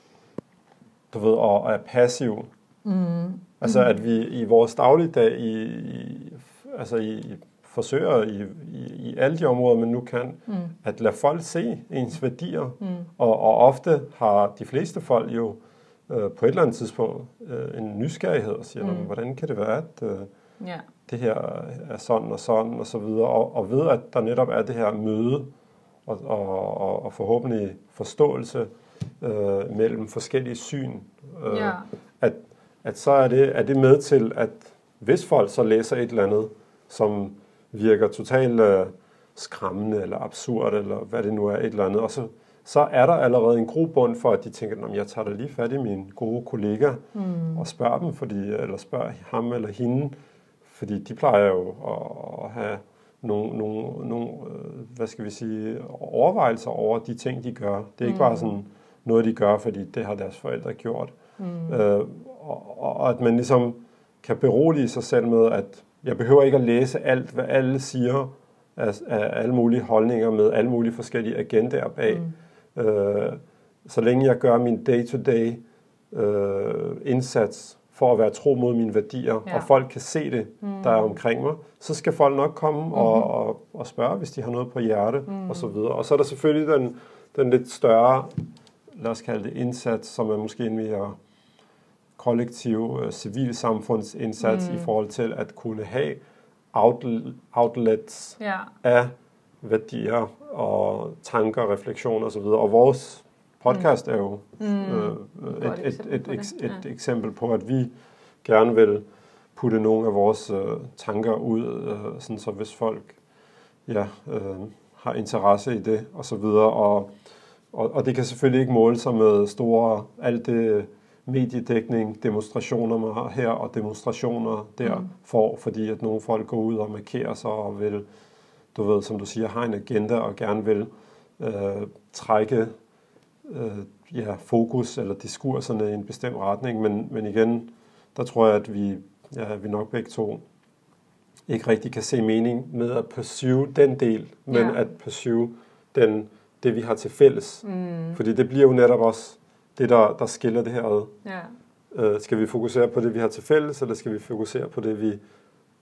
du ved, og, og er passiv, mm. altså at vi i vores dagligdag, i, i, altså i forsøger i, i, i alle de områder, man nu kan, mm. at lade folk se ens værdier. Mm. Og, og ofte har de fleste folk jo øh, på et eller andet tidspunkt øh, en nysgerrighed og siger, mm. hvordan kan det være, at øh, yeah. det her er sådan og sådan og så videre. Og, og ved, at der netop er det her møde og, og, og, og forhåbentlig forståelse øh, mellem forskellige syn. Øh, yeah. at, at så er det, er det med til, at hvis folk så læser et eller andet, som virker totalt øh, skræmmende eller absurd, eller hvad det nu er, et eller andet. Og så, så er der allerede en grobund for, at de tænker, at jeg tager da lige fat i mine gode kollegaer mm. og spørger dem, fordi, eller spørger ham eller hende, fordi de plejer jo at, at have nogle, nogle, nogle hvad skal vi sige, overvejelser over de ting, de gør. Det er ikke mm. bare sådan noget, de gør, fordi det har deres forældre gjort. Mm. Øh, og, og at man ligesom kan berolige sig selv med, at jeg behøver ikke at læse alt, hvad alle siger af, af alle mulige holdninger med alle mulige forskellige agendaer bag. Mm. Øh, så længe jeg gør min day-to-day øh, indsats for at være tro mod mine værdier, ja. og folk kan se det, mm. der er omkring mig, så skal folk nok komme mm-hmm. og, og, og spørge, hvis de har noget på hjerte, mm. og så videre. Og så er der selvfølgelig den, den lidt større, lad os kalde det indsats, som er måske en mere kollektiv uh, civilsamfundsindsats mm. i forhold til at kunne have outl- outlets ja. af værdier og tanker, refleksioner osv. Og vores podcast mm. er jo mm. øh, et, et, et, et, et, et ja. eksempel på, at vi gerne vil putte nogle af vores øh, tanker ud, øh, sådan så hvis folk ja, øh, har interesse i det og så videre. Og, og, og det kan selvfølgelig ikke måle sig med store, alt det mediedækning, demonstrationer her og demonstrationer der mm. for, fordi at nogle folk går ud og markerer sig og vil, du ved, som du siger, har en agenda og gerne vil øh, trække øh, ja, fokus eller diskurserne i en bestemt retning, men, men igen, der tror jeg, at vi, ja, vi nok begge to ikke rigtig kan se mening med at pursue den del, men ja. at pursue den, det, vi har til fælles. Mm. Fordi det bliver jo netop også det, der, der skiller det her ad. Ja. Øh, skal vi fokusere på det, vi har til fælles, eller skal vi fokusere på det, vi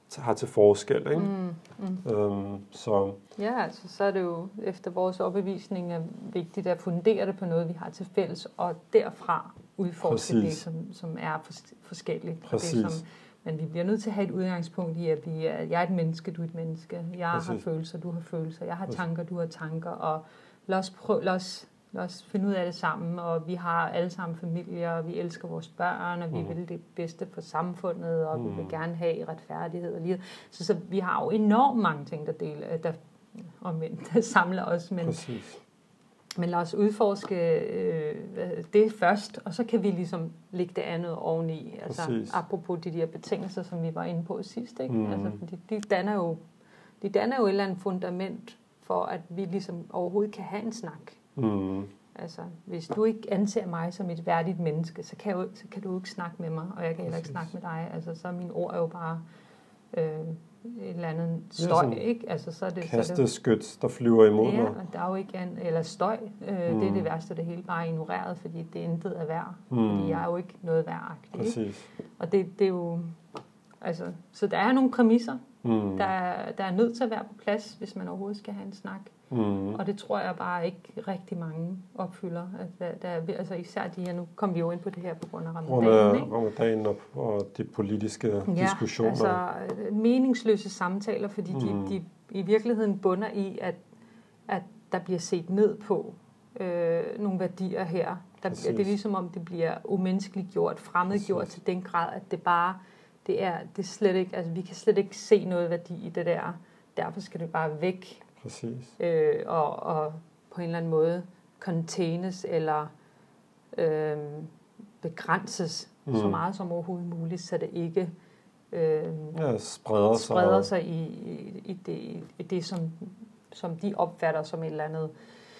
har til forskel, ikke? Mm, mm. Øhm, så Ja, altså så er det jo efter vores overbevisning er vigtigt at fundere det på noget, vi har til fælles, og derfra udforske Præcis. det, som, som er fors- forskelligt. Præcis. Det, som, men vi bliver nødt til at have et udgangspunkt i, at vi er, jeg er et menneske, du er et menneske. Jeg Præcis. har følelser, du har følelser. Jeg har Præcis. tanker, du har tanker. Og lad os, prøve, lad, os, lad os finde ud af det sammen. Og vi har alle sammen familier, og vi elsker vores børn, og vi Mm. vil det bedste for samfundet, og Mm. vi vil gerne have retfærdighed og livet. Så, så vi har jo enormt mange ting, der, deler, der, omvendt, der samler os. Men, præcis. men lad os udforske øh, det først, og så kan vi ligesom lægge det andet oveni. Altså, Præcis. apropos de der betingelser, som vi var inde på sidst. Ikke? Mm. Altså, fordi de danner, jo, de danner jo et eller andet fundament for, at vi ligesom overhovedet kan have en snak. Mm. Altså, hvis du ikke anser mig som et værdigt menneske, så kan, jo, så kan du ikke snakke med mig, og jeg kan heller ikke Præcis. snakke med dig. Altså, så er mine ord er jo bare øh, et eller andet støj, sådan ikke? Altså, så er det, så er det, Kasteskyt, der flyver imod ja, mig. og der er jo ikke an, eller støj. Øh, Mm. Det er det værste, det hele bare er ignoreret, fordi det intet er værd. Mm. Fordi jeg er jo ikke noget værd-agtig, ikke? Præcis. Og det, det er jo... Altså, så der er nogle præmisser, Mm. der, er- der er nødt til at være på plads, hvis man overhovedet skal have en snak. Mm. Og det tror jeg bare ikke rigtig mange opfylder. At der, der, er- altså især de her, nu kom vi jo ind på det her på grund af Rundt ramadanen, af ikke? ramadanen og, og de politiske diskussioner. altså øh, meningsløse samtaler, fordi de, Mm. de i virkeligheden bunder i, at, at der bliver set ned på øh, nogle værdier her. Der, Præcis. det er ligesom om, det bliver umenneskeligt gjort, fremmedgjort Præcis. til den grad, at det bare, det er, det er slet ikke, altså vi kan slet ikke se noget værdi i det der. Derfor skal det bare væk Præcis. øh, og, og på en eller anden måde containes eller øh, begrænses mm. så Mm. meget som overhovedet muligt, så det ikke øh, Ja, spreder sig. spreder sig i, i, i, det, i det, som, som de opfatter som et eller andet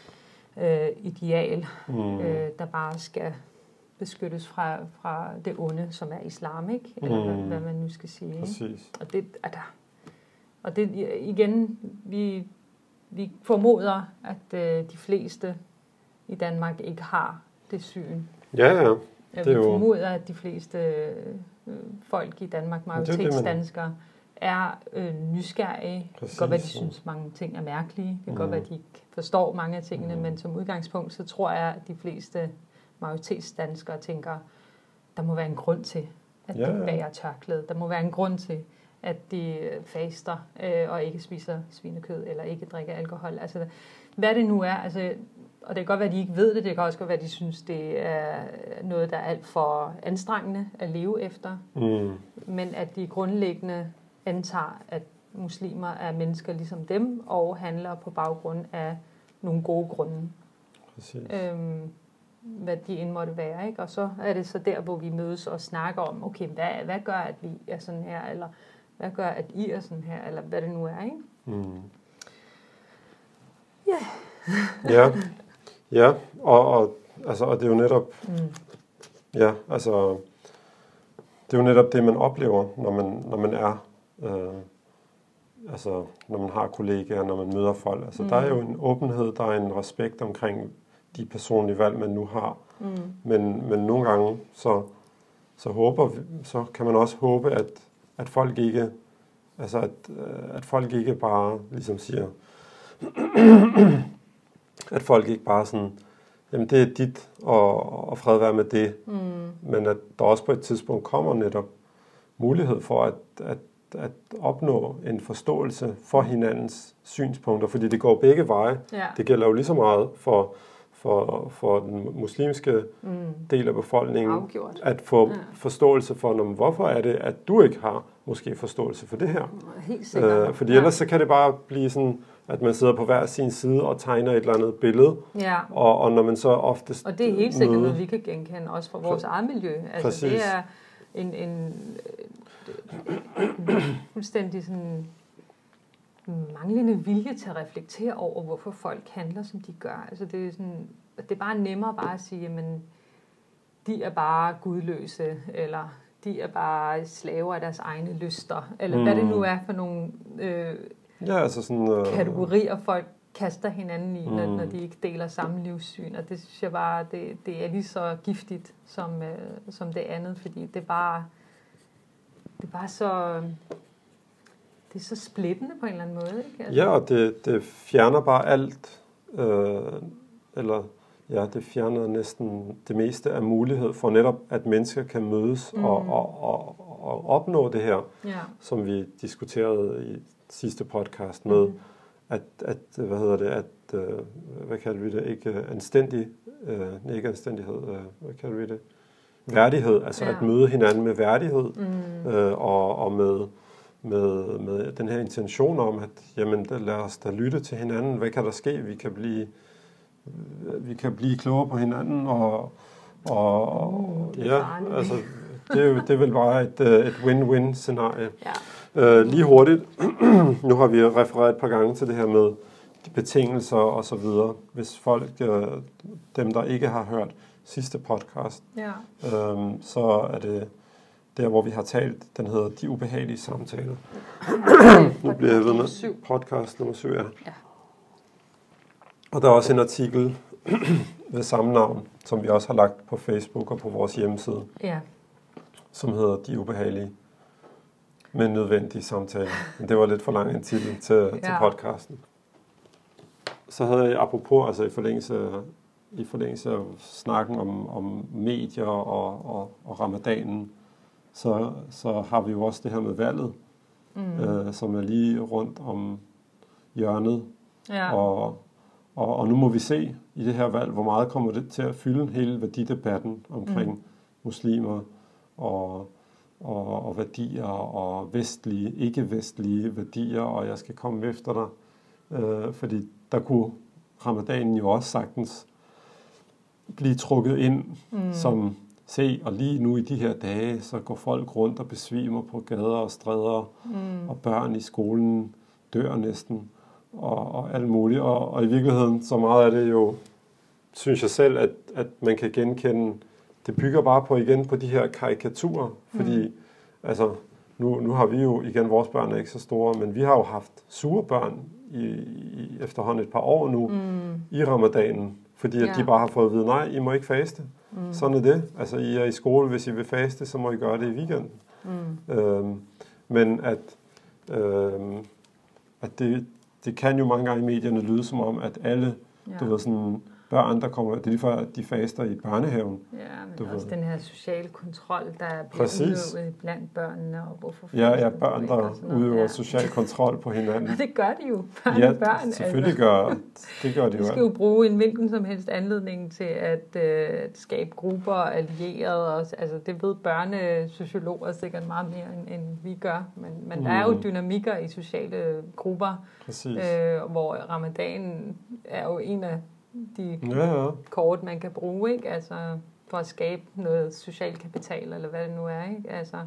øh, ideal, Mm. øh, der bare skal beskyttes fra, fra det onde, som er islam, ikke? Eller hvad, Mm. hvad man nu skal sige. Ikke? Præcis. Og det er der. Og det igen, vi, vi formoder, at øh, de fleste i Danmark ikke har det syn. Ja, ja. Ja, Det er vi jo- formoder, at de fleste øh, folk i Danmark, det er det, man- majoritetsdanskere, er øh, nysgerrige. Det kan Præcis, godt være, de ja. synes, mange ting er mærkelige. Det kan Mm. godt være, de ikke forstår mange af tingene, Mm. men som udgangspunkt, så tror jeg, at de fleste majoritetsdanskere tænker, der må være en grund til, at Ja, de ja. bærer tørklæde. Der må være en grund til, at de øh, faster øh, og ikke spiser svinekød eller ikke drikker alkohol. Altså, hvad det nu er, altså, og det kan godt være, at de ikke ved det, det kan også godt være, at de synes, det er noget, der er alt for anstrengende at leve efter, Mm. men at de grundlæggende antager, at muslimer er mennesker ligesom dem, og handler på baggrund af nogle gode grunde, Præcis. øhm, hvad de end måtte være. Ikke? Og så er det så der, hvor vi mødes og snakker om, okay, hvad, hvad gør, at vi er sådan her, eller hvad gør, at I er sådan her, eller hvad det nu er, ikke? Mm. Ja. Ja, ja, og, og, altså, og det er jo netop, Mm. ja, altså, det er jo netop det, man oplever, når man, når man er, øh, altså, når man har kollegaer, når man møder folk. Altså, Mm. der er jo en åbenhed, der er en respekt omkring de personlige valg, man nu har. Mm. Men, men nogle gange, så, så, håber, vi- så kan man også håbe, at, at folk ikke, altså, at, øh, at folk ikke bare ligesom siger, at folk ikke bare sådan, jamen det er dit, og, og fred være med det. Mm. Men at der også på et tidspunkt kommer netop mulighed for at, at, at opnå en forståelse for hinandens synspunkter, fordi det går begge veje. Ja. Det gælder jo lige så meget for, for, for den muslimske Mm. del af befolkningen, Afgjort. at få Ja. forståelse for, når, hvorfor er det, at du ikke har måske forståelse for det her. Helt sikkert. Øh, fordi ellers så kan det bare blive sådan, at man sidder på hver sin side og tegner et eller andet billede, Ja. og, og når man så oftest Og det er helt sikkert møder- noget, vi kan genkende, også fra vores eget miljø. Altså, Præcis. det er en, en øh, fuldstændig sådan manglende vilje til at reflektere over, hvorfor folk handler, som de gør. Altså, det er sådan, det er bare nemmere bare at sige, jamen, de er bare gudløse, eller de er bare slaver af deres egne lyster, eller mm. hvad det nu er for nogle øh, Ja, altså sådan... Øh, kategorier, folk kaster hinanden i, når, Mm. når de ikke deler samme livssyn. Og det synes jeg bare, det, det er lige så giftigt som, øh, som det andet, fordi det er bare, det er bare så, det er så splittende på en eller anden måde, ikke? Altså. Ja, og det, det fjerner bare alt, øh, eller ja, det fjerner næsten det meste af mulighed for netop, at mennesker kan mødes mm. og, og, og, og opnå det her, ja. Som vi diskuterede i sidste podcast med, mm. at, at, hvad hedder det, at, øh, hvad kalder vi det, ikke anstændig, øh, ikke anstændighed, øh, hvad kalder vi det, værdighed, altså ja. At møde hinanden med værdighed, mm. øh, og, og med, med, med den her intention om, at jamen, lad os da lytte til hinanden, hvad kan der ske, vi kan blive, vi kan blive klogere på hinanden, og, og uh, ja, altså, det er jo det er vel bare et, et win-win scenarie. Ja. Øh, lige hurtigt, nu har vi refereret et par gange til det her med de betingelser og så videre. Hvis folk, øh, dem der ikke har hørt sidste podcast, ja. øhm, så er det der, hvor vi har talt, den hedder De Ubehagelige Samtaler. Nu bliver jeg ved med podcast nummer syv, ja. ja. Og der er også en artikel ved samme navn, som vi også har lagt på Facebook og på vores hjemmeside, ja. Som hedder De Ubehagelige, men nødvendige samtaler. Men det var lidt for lang en titel til, ja. til podcasten. Så havde jeg apropos, altså i forlængelse, i forlængelse af snakken om, om medier og, og, og ramadanen, så, så har vi jo også det her med valget, mm. øh, som er lige rundt om hjørnet. Ja. Og, og, og nu må vi se i det her valg, hvor meget kommer det til at fylde hele værdidebatten omkring mm. muslimer og, og, og værdier og vestlige, ikke-vestlige værdier, og jeg skal komme efter dig. Øh, fordi der kunne ramadanen jo også sagtens blive trukket ind mm. som se, og lige nu i de her dage, så går folk rundt og besvimer på gader og stræder, mm. og børn i skolen dør næsten, og, og alt muligt. Og, og i virkeligheden, så meget af det jo, synes jeg selv, at, at man kan genkende, det bygger bare på igen på de her karikaturer, fordi mm. altså, nu, nu har vi jo, igen, vores børn er ikke så store, men vi har jo haft sure børn i, i efterhånden et par år nu, mm. i ramadanen, fordi at ja. de bare har fået at vide, nej, I må ikke faste. Mm. Sådan er det. Altså, I er i skole, hvis I vil faste, så må I gøre det i weekenden. Mm. Øhm, men at, øhm, at det, det kan jo mange gange i medierne lyde som om, at alle, ja. du ved, sådan børn, der kommer, det er lige før, at de faster i børnehaven. Ja, men du også ved. Den her sociale kontrol, der bliver udøvet blandt børnene, og hvorfor ja, ja, børn, der udøver ja. social kontrol på hinanden. Og det gør de jo, børn ja, børn. selvfølgelig altså. gør det gør de jo. De skal jo bruge en hvilken som helst anledning til at øh, skabe grupper, allierede, og, altså det ved børnesociologer sikkert meget mere, end, end vi gør, men, men mm. der er jo dynamikker i sociale grupper, øh, hvor ramadanen er jo en af de ja, ja. kort, man kan bruge, ikke? Altså, for at skabe noget social kapital, eller hvad det nu er, ikke? Altså,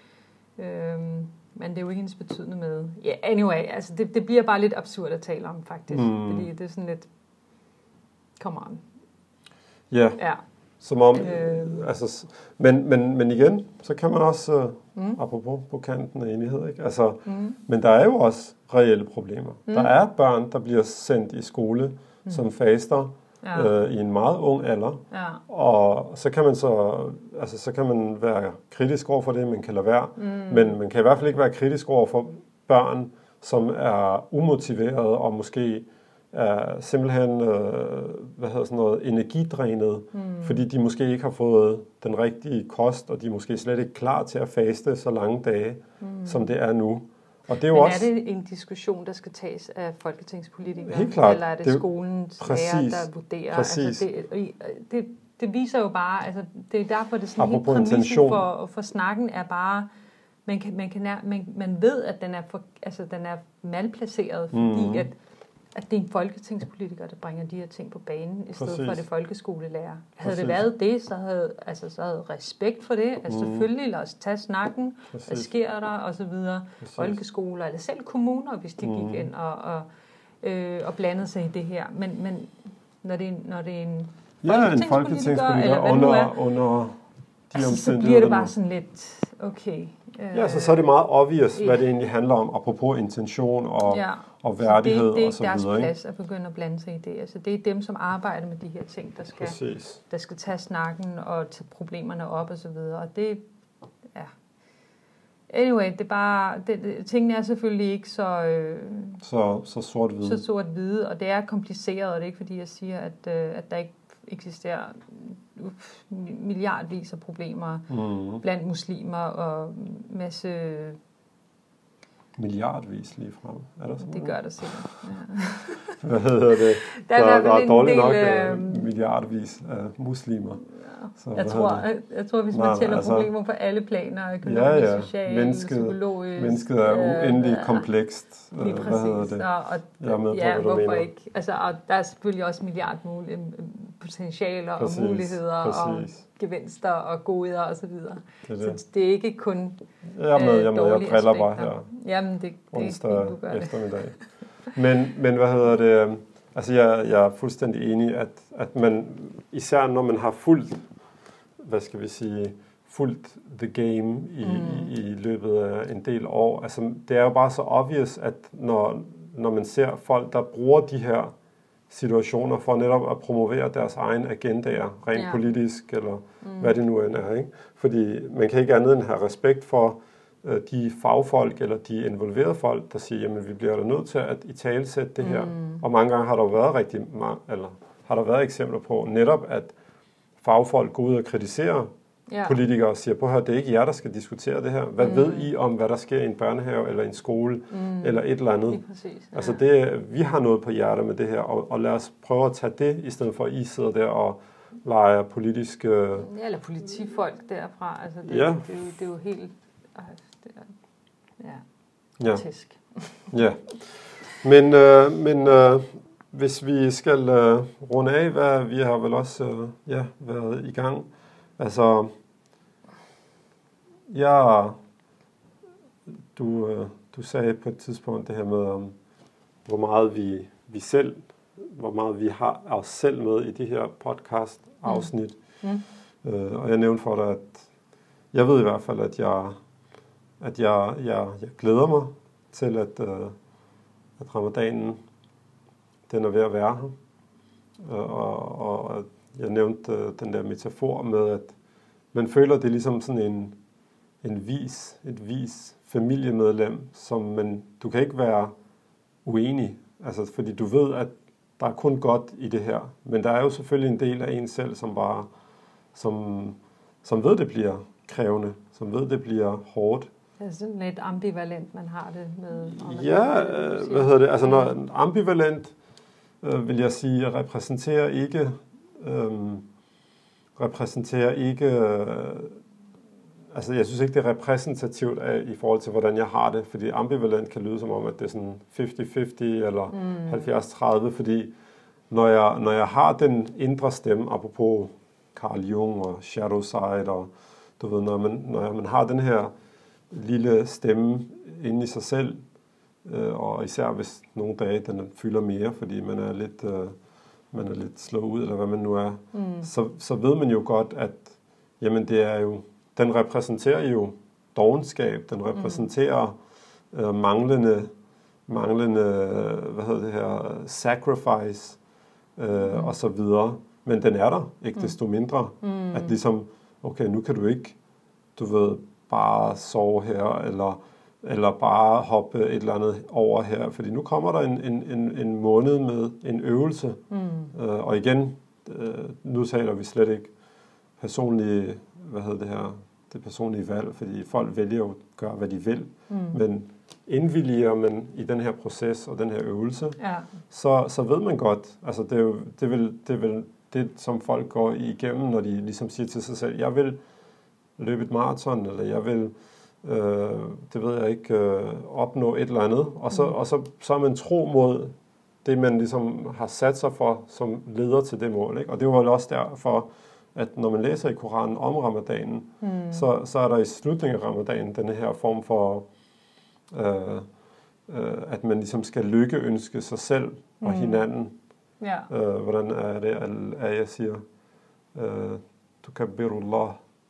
øhm, men det er jo ikke ens betydende med. Ja, yeah, anyway, altså, det, det bliver bare lidt absurd at tale om, faktisk. Mm. Fordi det er sådan lidt, come on. Yeah. Ja. Som om, øh, altså, men, men, men igen, så kan man også, uh, mm. apropos på kanten af enighed, ikke? Altså, mm. men der er jo også reelle problemer. Mm. Der er børn, der bliver sendt i skole, mm. som faster ja. øh, i en meget ung alder, ja. og så kan man så, altså, så kan man være kritisk over for det, man kan lade være, mm. men man kan i hvert fald ikke være kritisk over for børn, som er umotiverede og måske er simpelthen øh, hvad hedder sådan noget, energidrænet, mm. fordi de måske ikke har fået den rigtige kost, og de er måske slet ikke klar til at faste så lange dage, mm. som det er nu. Og det er, jo Men også, er det en diskussion, der skal tages af folketingspolitikere? Helt klart. Eller er det, det skolens lærer, der vurderer? Altså det, det, det viser jo bare, altså det er derfor, det er sådan helt præmissen for, for snakken er bare, man, kan, man, kan, man, man ved, at den er, for, altså, den er malplaceret, fordi mm. at at det er en folketingspolitiker, der bringer de her ting på banen, i stedet Præcis. for det folkeskolelærer. Havde Præcis. det været det, så havde, altså, så havde respekt for det. Altså mm. selvfølgelig, lad os tage snakken, Præcis. hvad sker der, og så videre. Præcis. Folkeskoler, eller selv kommuner, hvis de mm. gik ind og, og, øh, og blandede sig i det her. Men, men når, det er, når det er en ja, en folketingspolitiker, eller hvad under, er, under de altså, så bliver det bare sådan lidt, okay. Øh, ja, så, så er det meget obvious, hvad det egentlig handler om, apropos intention og, ja. og værdighed og så videre. Det er ikke deres plads at begynde at blande sig i det. Altså, det er dem, som arbejder med de her ting, der skal, der skal tage snakken og tage problemerne op og så videre. Og det, ja. anyway, det er bare, det, det, tingene er selvfølgelig ikke så, øh, så, så sort-hvide. Så sort-hvide, og det er kompliceret, og det er ikke fordi, jeg siger, at, øh, at der ikke eksisterer milliardvis af problemer mm. blandt muslimer og masse... Milliardvis lige frem. Er der sådan det noget? gør der sikkert. Ja. Hvad hedder det? Der er, der, der er dårligt del, nok øh, milliardvis af muslimer. Så, jeg, tror, jeg, jeg tror, hvis man nej, tæller altså, problemer på alle planer, økonomisk, ja, ja. socialt, mennesket, psykologisk... Mennesket er uendelig øh, komplekst. Lige præcis. Hvad hedder det? Og, og, jeg er med på, ja, hvorfor mener. Ikke? Altså, og der er selvfølgelig også milliard mulige potentialer præcis, og muligheder præcis. Og gevinster og goder og så videre. Det er det. Så det er ikke kun jeg er med, jeg, med, jeg driller bare her. Jamen, det, det onsdag er du gør eftermiddag. Men, men hvad hedder det... Altså, jeg, jeg er fuldstændig enig, at, at man, især når man har fulgt, hvad skal vi sige, fulgt the game i, mm. i, i løbet af en del år. Altså, det er jo bare så obvious, at når, når man ser folk, der bruger de her situationer for netop at promovere deres egen agendaer, rent ja. politisk, eller mm. hvad det nu end er, ikke? Fordi man kan ikke andet end have respekt for øh, de fagfolk, eller de involverede folk, der siger, jamen, vi bliver da nødt til at italesætte det her. Mm. Og mange gange har der været rigtig mange, eller har der været eksempler på netop, at fagfolk går ud og kritiserer ja. politikere og siger, på her, det er ikke jer, der skal diskutere det her. Hvad mm. ved I om, hvad der sker i en børnehave, eller en skole, mm. eller et eller andet? Præcis, ja. Altså, det, vi har noget på hjertet med det her, og, og lad os prøve at tage det, i stedet for, at I sidder der og leger politiske... Ja, eller politifolk derfra. Altså, det, ja. det, det, er, jo, det er jo helt... Det er, ja, ja. tisk. Ja. Men, øh, men øh, hvis vi skal øh, runde af, hvad vi har vel også øh, ja, været i gang. Altså, ja, du, øh, du sagde på et tidspunkt det her med, um, hvor meget vi, vi selv, hvor meget vi har os selv med i de her podcast-afsnit. Mm. Mm. Øh, og jeg nævnte for dig, at jeg ved i hvert fald, at jeg, at jeg, jeg, jeg glæder mig til, at, øh, at ramadanen, den er ved at være her. Og, og, og jeg nævnte øh, den der metafor med, at man føler, det er ligesom sådan en, en vis, et vis familiemedlem, som man, du kan ikke være uenig, altså fordi du ved, at der er kun godt i det her, men der er jo selvfølgelig en del af en selv, som bare, som, som ved, det bliver krævende, som ved, det bliver hårdt. Det er sådan lidt ambivalent, man har det med. Ja, øh, hvad hedder det, altså når ambivalent, øh, vil jeg sige, repræsenterer ikke, øh, repræsenterer ikke, øh, altså jeg synes ikke, det er repræsentativt af, i forhold til, hvordan jeg har det, fordi ambivalent kan lyde som om, at det er sådan halvtreds halvtreds eller mm. halvfjerds tredive, fordi når jeg, når jeg har den indre stemme, apropos Carl Jung og Shadow Side, og du ved, når man, når man har den her lille stemme inde i sig selv, øh, og især hvis nogle dage den fylder mere, fordi man er lidt, øh, man er lidt slået ud, eller hvad man nu er, mm. så, så ved man jo godt, at jamen det er jo, den repræsenterer jo dovenskab, den repræsenterer mm. øh, manglende, manglende, hvad hedder det her, sacrifice, øh, mm. og så videre. Men den er der, ikke mm. desto mindre. Mm. At ligesom, okay, nu kan du ikke, du ved, bare sove her, eller, eller bare hoppe et eller andet over her, fordi nu kommer der en, en, en, en måned med en øvelse. Mm. Øh, og igen, øh, nu taler vi slet ikke personlige, hvad hedder det her, det personlige valg, fordi folk vælger jo at gøre, hvad de vil. Mm. Men indvilliger man i den her proces og den her øvelse, ja. så, så ved man godt, altså det er jo det er vel, det er vel det, som folk går igennem, når de ligesom siger til sig selv, jeg vil løbe et maraton, eller jeg vil, øh, det ved jeg ikke, øh, opnå et eller andet, og så, mm. og så, så er man tro mod det, man ligesom har sat sig for, som leder til det mål, ikke? Og det var vel også derfor, at når man læser i Koranen om ramadanen, mm. så, så er der i slutningen af ramadanen denne her form for, øh, øh, at man ligesom skal lykkeønske sig selv og mm. hinanden. Ja. Øh, hvordan er det, at jeg siger, øh, tukabbirullah.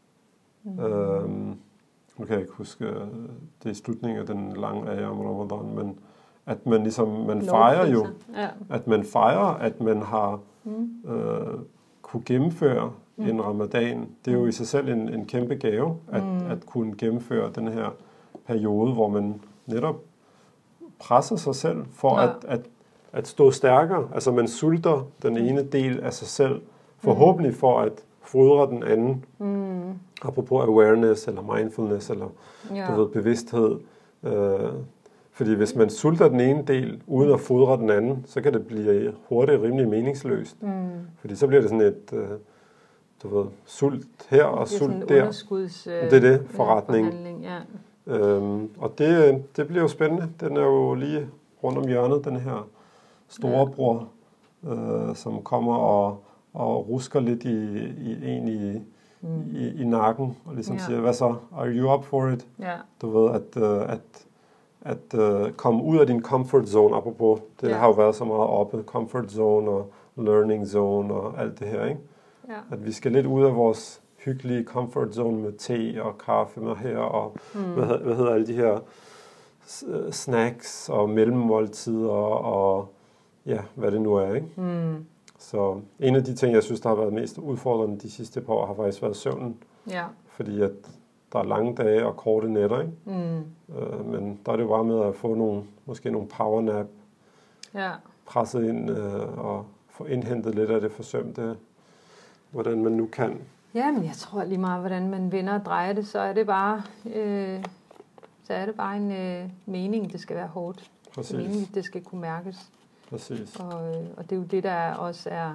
Mm. Øh, nu kan jeg ikke huske, det er i slutningen af den lange ayah om Ramadan, men at man ligesom, man fejrer jo, ja. at man fejrer, at man har mm. øh, kunne gennemføre mm. en ramadan. Det er jo i sig selv en, en kæmpe gave, at, mm. at kunne gennemføre den her periode, hvor man netop presser sig selv for ja. at, at, at stå stærkere. Altså man sulter den ene del af sig selv, forhåbentlig mm. for at fodre den anden. Mm. Apropos awareness, eller mindfulness, eller ja. du ved, bevidsthed. Øh, fordi hvis man sulter den ene del, uden at fodre den anden, så kan det blive hurtigt rimelig meningsløst. Mm. Fordi så bliver det sådan et, øh, du ved, sult her og sult der. Underskuds, øh, det er det, forretning. Ja. Øhm, og det, det bliver jo spændende. Den er jo lige rundt om hjørnet, den her storebror, ja. øh, som kommer og, og rusker lidt i, i en i, mm. i, i nakken, og ligesom ja. siger, hvad så? Are you up for it? Ja. Du ved, at, øh, at, at øh, komme ud af din comfort zone, apropos. Det ja. har jo været så meget oppe, comfort zone og learning zone og alt det her, ikke? Ja. At vi skal lidt ud af vores hyggelige comfort zone med te og kaffe med her, og mm. hvad, hvad hedder alle de her snacks og mellemmåltider og ja, hvad det nu er, ikke? Mm. Så en af de ting, jeg synes, der har været mest udfordrende de sidste par år, har faktisk været søvnen. Ja. Fordi at der er lange dage og korte nætter, ikke? Mm. Øh, men der er det jo bare med at få nogle, måske nogle powernap, ja. presset ind øh, og få indhentet lidt af det forsømte, hvordan man nu kan. Ja, men jeg tror lige meget, hvordan man vender og drejer det, så er det bare, øh, så er det bare en øh, mening, det skal være hårdt. Præcis. Det er meningen, det skal kunne mærkes. Præcis. Og, øh, og det er jo det, der også er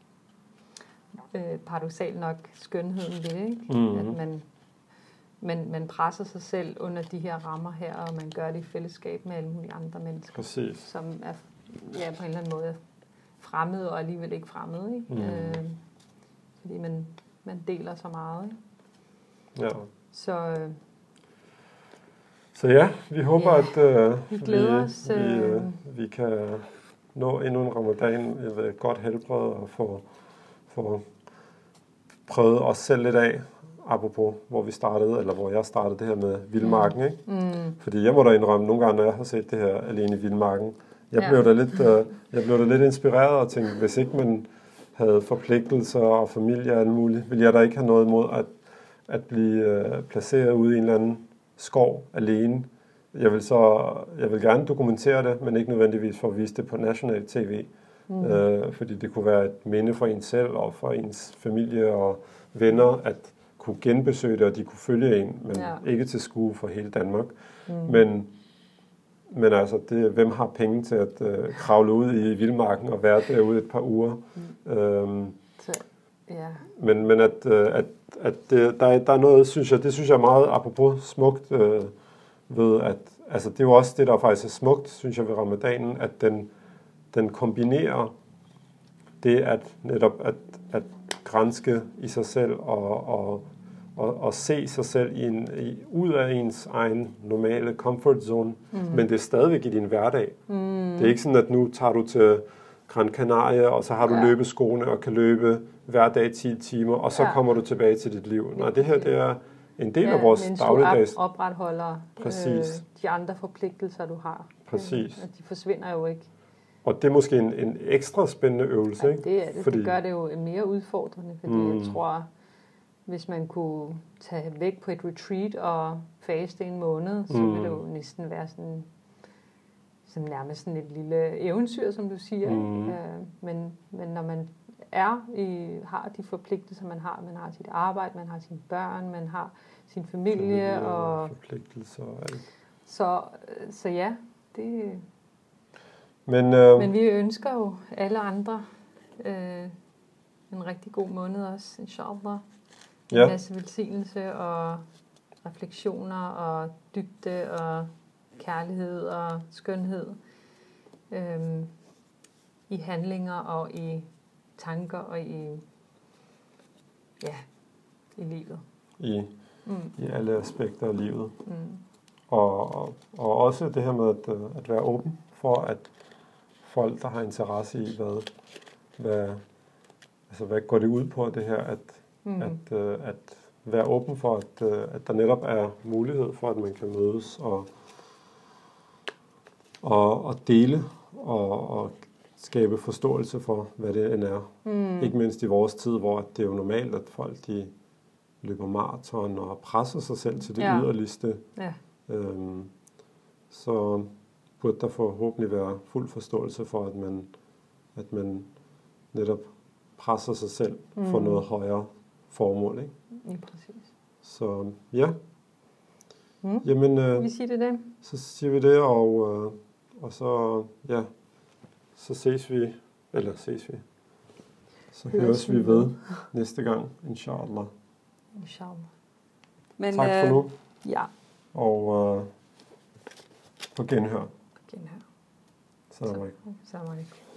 øh, paradoksalt nok skønheden ved det, ikke? Mm-hmm. At man, man, man presser sig selv under de her rammer her, og man gør det i fællesskab med alle mulige andre mennesker. Præcis. Som er ja, på en eller anden måde fremmede, og alligevel ikke fremmede, ikke? Mm. Øh, fordi man, man deler så meget, ikke? Ja. Så, øh, så ja, vi håber, ja, at øh, vi, glæder vi, os, vi, øh, øh, vi kan nå endnu en ramadan med et godt helbred og få, få prøvet os selv lidt af, apropos hvor vi startede, eller hvor jeg startede det her med vildmarken, ikke? Mm. Fordi jeg må da indrømme, nogle gange, når jeg har set det her alene i vildmarken, jeg ja. blev da lidt, øh, jeg blev da lidt inspireret og tænkte, hvis ikke man havde forpligtelser og familie og alt muligt, ville jeg da ikke have noget imod at, at blive øh, placeret ude i en eller anden skov alene. Jeg vil så, jeg vil gerne dokumentere det, men ikke nødvendigvis for at vise det på national tv, mm. øh, fordi det kunne være et minde for en selv og for ens familie og venner at kunne genbesøge det, og de kunne følge en, men ja. ikke til skue for hele Danmark. Mm. Men Men altså, det, hvem har penge til at øh, kravle ud i vildmarken og være derude et par uger? Mm. Øhm, så, ja. Men, men at, øh, at, at det, der, der er noget, synes jeg, det synes jeg er meget apropos smukt øh, ved, at altså, det er jo også det, der faktisk er smukt, synes jeg, ved ramadanen, at den, den kombinerer det at netop at, at granske i sig selv og, og Og, og se sig selv i en, i, ud af ens egen normale comfort zone, mm. men det er stadigvæk i din hverdag. Mm. Det er ikke sådan, at nu tager du til Gran Canaria, og så har du ja. løbeskoene og kan løbe hver dag ti timer, og så ja. kommer du tilbage til dit liv. Nej, det her det er en del ja, af vores dagligdags. Ja, opretholder øh, de andre forpligtelser, du har. Præcis. Øh, de forsvinder jo ikke. Og det er måske en, en ekstra spændende øvelse, ja, ikke? det er det. Fordi det gør det jo mere udfordrende, fordi mm. jeg tror, hvis man kunne tage væk på et retreat og faste en måned, så mm. ville det jo næsten være sådan, sådan nærmest sådan et lille eventyr, som du siger. Mm. Øh, men, men når man er i, har de forpligtelser, man har, man har sit arbejde, man har sine børn, man har sin familie, familie og, og forpligtelser og alt. Så, så ja, det. Men, øh, men vi ønsker jo alle andre øh, en rigtig god måned også, inshallah. En ja. masse velsignelse og refleksioner og dybde og kærlighed og skønhed øhm, i handlinger og i tanker og i ja i livet. I, mm. i alle aspekter af livet. Mm. Og, og, og også det her med at, at være åben for, at folk, der har interesse i, hvad, hvad, altså, hvad går det ud på, det her, at Mm. At, øh, at være åben for, at, øh, at der netop er mulighed for, at man kan mødes og, og, og dele og, og skabe forståelse for, hvad det end er. Mm. Ikke mindst i vores tid, hvor det er jo normalt, at folk de løber maraton og presser sig selv til det ja. yderligste. Ja. øhm, så burde der forhåbentlig være fuld forståelse for, at man, at man netop presser sig selv mm. for noget højere formål. Ikke? Ja, præcis. Så ja. Mm. Jamen, øh, vi siger det det. Så siger vi det, og, øh, og så, ja, så ses vi, eller ses vi, så høres, høres vi ved næste gang, inshallah. Inshallah. Men, tak for øh, nu. Ja. Og øh, på genhør. På genhør. Salam alaikum. Salam alaikum.